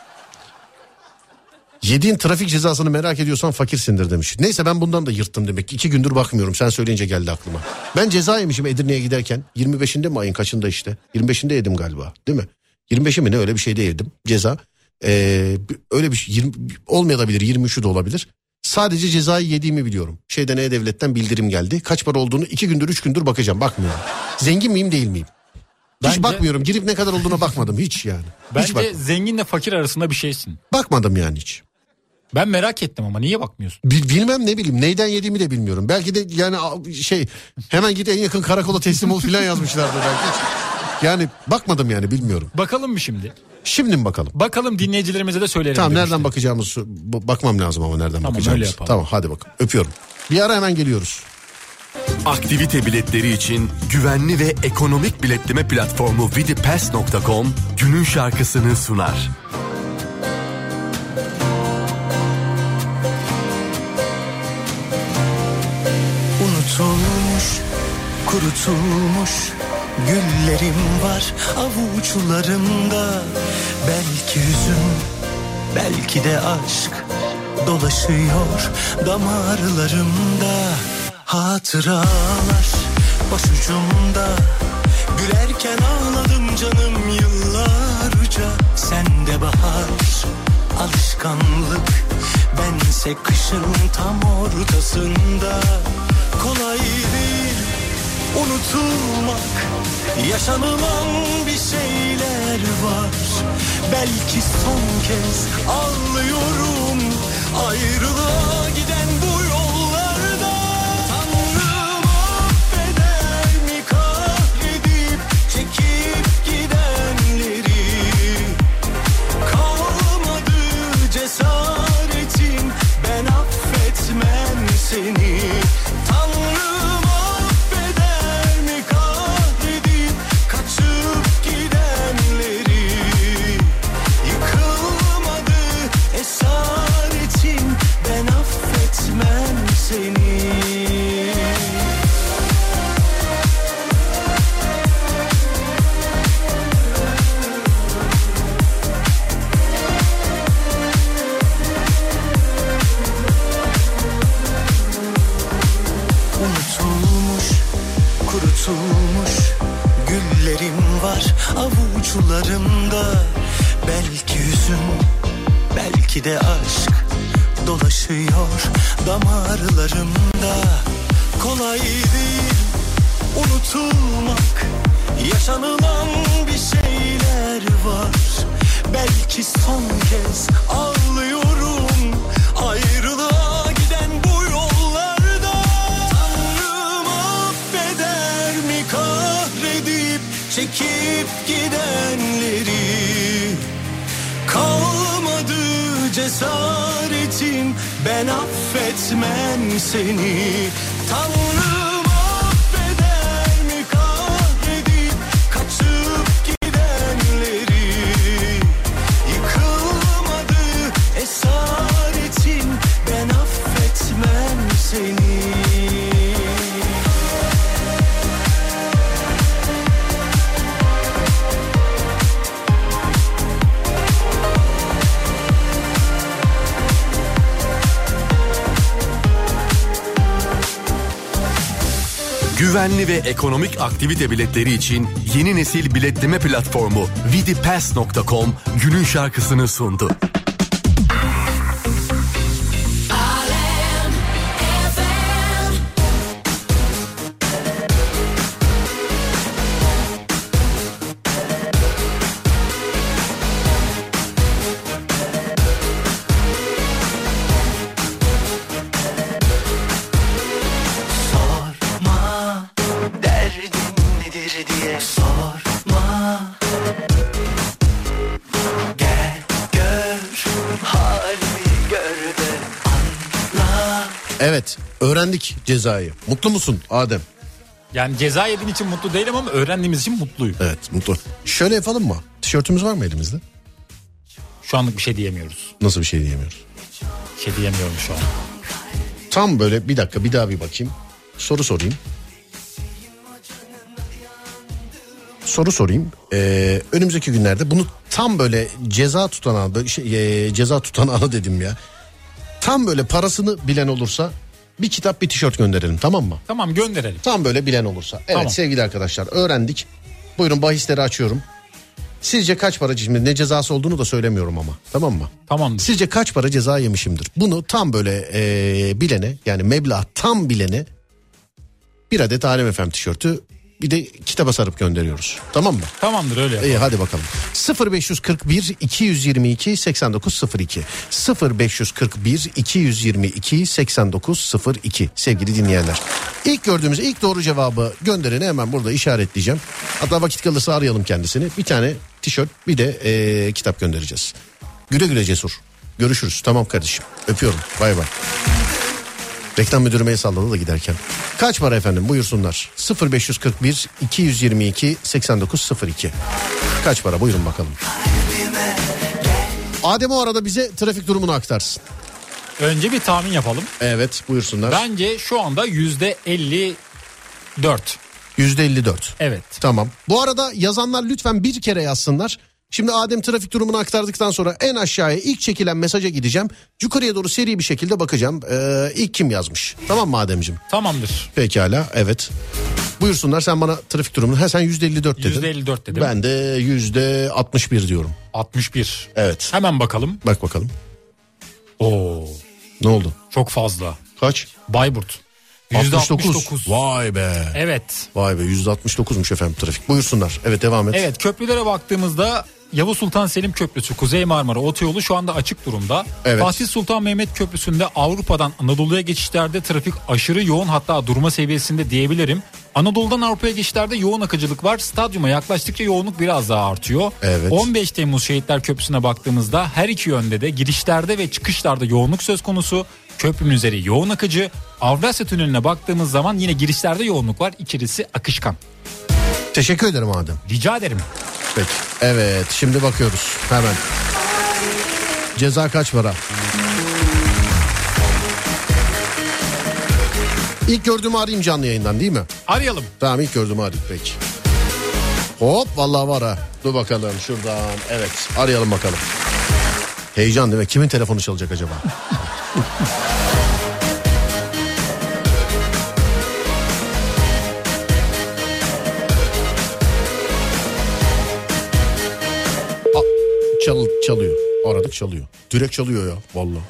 Yediğin trafik cezasını merak ediyorsan fakirsindir demiş. Neyse ben bundan da yırttım demek ki. 2 gündür bakmıyorum, sen söyleyince geldi aklıma. Ben ceza yemişim Edirne'ye giderken. 25'inde mi ayın kaçında işte? 25'inde yedim galiba değil mi? 25'i mi ne, öyle bir şeyde yedim ceza. Öyle bir şey 20, olmayabilir, 23'ü de olabilir. Sadece cezayı yediğimi biliyorum. Şeyden E-Devlet'ten bildirim geldi. Kaç para olduğunu 2 gündür 3 gündür bakacağım, bakmıyorum. Zengin miyim değil miyim? Hiç bakmıyorum, girip ne kadar olduğuna bakmadım hiç yani. Bence zenginle fakir arasında bir şeysin. Bakmadım yani hiç. Ben merak ettim ama niye bakmıyorsun? Bilmem, ne bileyim, neyden yediğimi de bilmiyorum. Belki de yani hemen git en yakın karakola teslim ol filan yazmışlardı belki. Yani bakmadım yani, bilmiyorum. Bakalım mı şimdi? Şimdi mi bakalım? Bakalım, dinleyicilerimize de söyleyelim. Tamam, nereden demiştim. bakacağımızı bakmam lazım ama nereden Tamam, bakacağımızı. öyle yapalım. Tamam, hadi bakalım, öpüyorum. Bir ara hemen geliyoruz. Aktivite biletleri için güvenli ve ekonomik biletleme platformu vidipass.com günün şarkısını sunar. Unutulmuş, kurutulmuş güllerim var avuçlarımda. Belki hüzün, belki de aşk dolaşıyor damarlarımda. Hatıralar başucumda, gülerken ağladım canım yıllarca. Sende bahar, alışkanlık, bense kışın tam ortasında. Kolay değil unutulmak, yaşanılan bir şeyler var. Belki son kez ağlıyorum ayrılığa giden bu yollarda. Tanrım affeder mi kahredip çekip gidenleri? Kalmadı cesaretim, ben affetmem seni. Tanrım affeder mi kahredip kaçıp gidenleri? Yıkılmadı esaretim, ben affetmem seni. Unutulmuş, kurutulmuş güllerim var avuçlarımda. Belki hüzün, belki de aşk dolaşıyor damarlarımda. Kolay değil unutulmak, yaşanılan bir şeyler var. Belki son kez ağlıyorum ayrılığa giden bu yollarda. Tanrım affeder mi kahredip çekip gidenleri? Kalmadı cesaretim, ben affetmem seni. Tanrım affeder mi kahredip kaçıp gidenleri? Yıkılmadı esaretim, ben affetmem seni. Güvenli ve ekonomik aktivite biletleri için yeni nesil biletleme platformu vidipass.com günün şarkısını sundu. Evet, öğrendik cezayı. Mutlu musun Adem? Yani ceza yediğin için mutlu değilim ama öğrendiğimiz için mutluyum. Evet, mutlu. Şöyle yapalım mı? Tişörtümüz var mı elimizde? Şu anlık bir şey diyemiyoruz. Nasıl bir şey diyemiyoruz? Bir şey diyemiyorum şu an. Tam böyle bir dakika bir daha bir bakayım. Soru sorayım. Önümüzdeki günlerde bunu tam böyle ceza tutanağına dedim ya. Tam böyle parasını bilen olursa bir kitap bir tişört gönderelim, tamam mı? Tamam, gönderelim. Tam böyle bilen olursa. Evet tamam. Sevgili arkadaşlar, öğrendik. Buyurun bahisleri açıyorum. Sizce kaç para, şimdi ne cezası olduğunu da söylemiyorum ama, tamam mı? Tamamdır. Sizce kaç para ceza yemişimdir? Bunu tam böyle bilene, yani meblağ tam bilene bir adet Alem FM tişörtü, bir de kitaba sarıp gönderiyoruz. Tamam mı? Tamamdır, öyle yapalım. İyi, hadi bakalım. 0541 222 8902 0541 222 8902 sevgili dinleyenler. İlk gördüğümüz ilk doğru cevabı göndereni hemen burada işaretleyeceğim. Hatta vakit kalırsa arayalım kendisini. Bir tane tişört, bir de kitap göndereceğiz. Güle güle Cesur. Görüşürüz. Tamam kardeşim. Öpüyorum. Bay bay. Reklam müdürüme salladı da giderken. Kaç para efendim, buyursunlar. 0541 222 8902. Kaç para, buyurun bakalım. Adem o arada bize trafik durumunu aktarsın. Önce bir tahmin yapalım. Evet, buyursunlar. Bence şu anda %54. %54. Evet. Tamam. Bu arada yazanlar lütfen bir kere yazsınlar. Şimdi Adem trafik durumunu aktardıktan sonra en aşağıya ilk çekilen mesaja gideceğim. Yukarıya doğru seri bir şekilde bakacağım. İlk kim yazmış? Tamam mı Ademciğim? Tamamdır. Pekala, evet. Buyursunlar, sen bana trafik durumunu. Sen %54 dedin. %54 dedim. Ben de %61 diyorum. 61. Evet. Hemen bakalım. Bak bakalım. Oo, Ne oldu? çok fazla. Kaç? Bayburt. 69. Vay be. Evet. Vay be, %69'muş efendim trafik. Buyursunlar. Evet, devam et. Evet, köprülere baktığımızda Yavuz Sultan Selim Köprüsü, Kuzey Marmara Otoyolu şu anda açık durumda. Evet. Fatih Sultan Mehmet Köprüsü'nde Avrupa'dan Anadolu'ya geçişlerde trafik aşırı yoğun, hatta durma seviyesinde diyebilirim. Anadolu'dan Avrupa'ya geçişlerde yoğun akıcılık var. Stadyuma yaklaştıkça yoğunluk biraz daha artıyor. Evet. 15 Temmuz Şehitler Köprüsü'ne baktığımızda her iki yönde de girişlerde ve çıkışlarda yoğunluk söz konusu. Köprünün üzeri yoğun akıcı. Avrasya Tüneli'ne baktığımız zaman yine girişlerde yoğunluk var. İçerisi akışkan. Teşekkür ederim Adem. Rica ederim. Peki. Evet, şimdi bakıyoruz hemen. Ceza kaç para? İlk gördüğümü arayayım canlı yayından, değil mi? Arayalım. Tamam, ilk gördüğümü arayayım, peki. Hop, vallahi var ha. Dur bakalım şuradan. Evet, arayalım bakalım. Heyecan değil mi? Kimin telefonu çalacak acaba? Çalıyor. Aradık, çalıyor. Direkt çalıyor ya vallahi.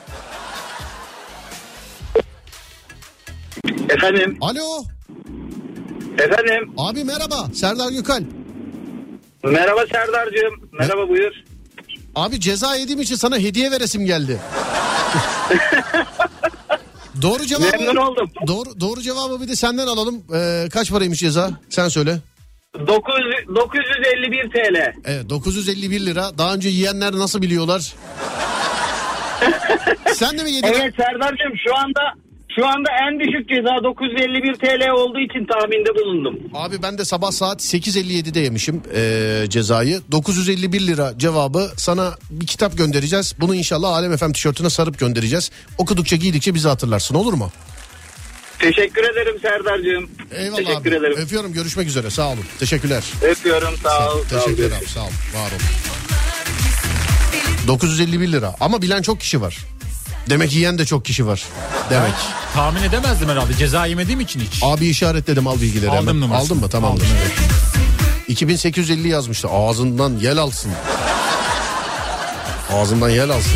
Efendim. Alo. Efendim. Abi merhaba. Serdar Gökalp. Merhaba Serdar'cığım. Merhaba, buyur. Abi ceza yediğim için sana hediye veresim geldi. Doğru cevabı. Memnun oldum. Doğru cevabı bir de senden alalım. Kaç paraymış ceza? Sen söyle. 951 TL. Evet, 951 lira. Daha önce yiyenler nasıl biliyorlar? Sen de mi yedin? Evet Serdar'cığım, şu anda en düşük ceza 951 TL olduğu için tahminde bulundum. Abi ben de sabah saat 8.57'de yemişim cezayı. 951 lira cevabı, sana bir kitap göndereceğiz. Bunu inşallah Alem FM tişörtüne sarıp göndereceğiz. Okudukça giydikçe bizi hatırlarsın, olur mu? Teşekkür ederim Serdar'cığım. Eyvallah Teşekkür abi. ederim. Öpüyorum, görüşmek üzere, sağ olun. Teşekkürler. Öpüyorum, sağ ol. Teşekkürler abi, sağ ol. Var olun. 951 lira ama bilen çok kişi var. Demek yiyen de çok kişi var. Demek. Tahmin edemezdim herhalde ceza yemediğim için hiç. Abi işaretledim, al bilgileri. Aldım hemen. numarasını. Aldın mı? Tamamdır. Aldım, Evet. 2850 yazmıştı. Ağzından yel alsın. Ağzından yel alsın.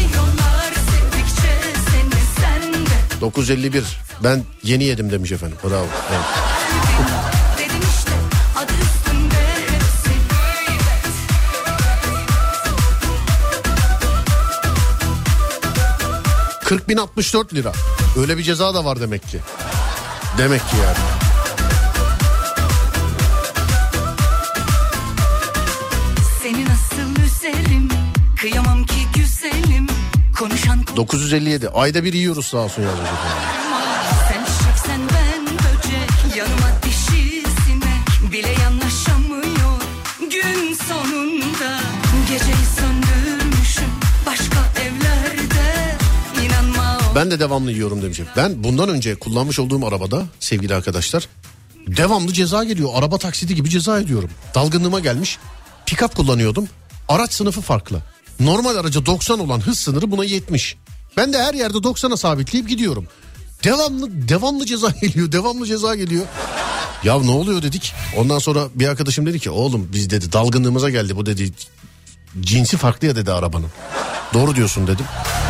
951. Ben yeni yedim demiş efendim. Bravo. Evet. 40.064 lira. Öyle bir ceza da var demek ki. Demek ki yani. Seni nasıl üzerim, kıyamam ki güzelim. Konuşan 957. Ayda bir yiyoruz sağ olsun yazmış efendim. sen çiçeksen ben böcek. Yanıma dişi sinek bile yanaşamıyor. Gün sonunda geceyi söndürmüşüm başka evlerde. İnanma o. Ben de devamlı yiyorum demiş. Ben bundan önce kullanmış olduğum arabada sevgili arkadaşlar devamlı ceza geliyor. Araba taksidi gibi ceza ediyorum. Dalgınlığıma gelmiş. Pick-up kullanıyordum. Araç sınıfı farklı. Normal araca 90 olan hız sınırı buna 70. Ben de her yerde 90'a sabitleyip gidiyorum. Devamlı ceza geliyor. Devamlı ceza geliyor. Ya ne oluyor dedik. Ondan sonra bir arkadaşım dedi ki oğlum biz dedi dalgınlığımıza geldi bu dedi. Cinsi farklı ya dedi arabanın. Doğru diyorsun dedim.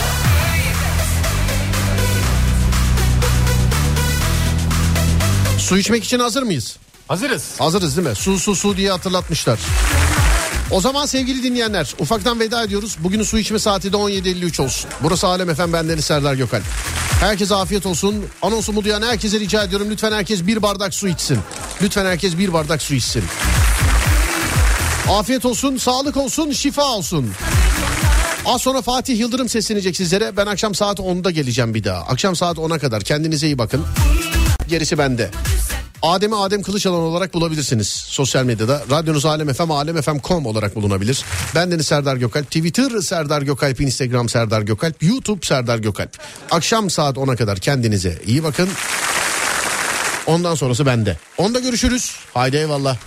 Su içmek için hazır mıyız? Hazırız. Hazırız değil mi? Su diye hatırlatmışlar. O zaman sevgili dinleyenler ufaktan veda ediyoruz. Bugünün su içme saati de 17.53 olsun. Burası Alem FM, bendeniz Serdar Gökalp. Herkese afiyet olsun. Anonsumu duyan herkese rica ediyorum. Lütfen herkes bir bardak su içsin. Lütfen herkes bir bardak su içsin. Afiyet olsun, sağlık olsun, şifa olsun. Az sonra Fatih Yıldırım seslenecek sizlere. Ben akşam saat 10'da geleceğim bir daha. Akşam saat 10'a kadar kendinize iyi bakın. Gerisi bende. Adem'i Adem Kılıçalan olarak bulabilirsiniz sosyal medyada. Radyonuz Alem FM, alemfm.com olarak bulunabilir. Bendeniz Serdar Gökalp. Twitter Serdar Gökalp, Instagram Serdar Gökalp, YouTube Serdar Gökalp. Akşam saat 10'a kadar kendinize iyi bakın. Ondan sonrası bende. 10'da görüşürüz. Haydi eyvallah.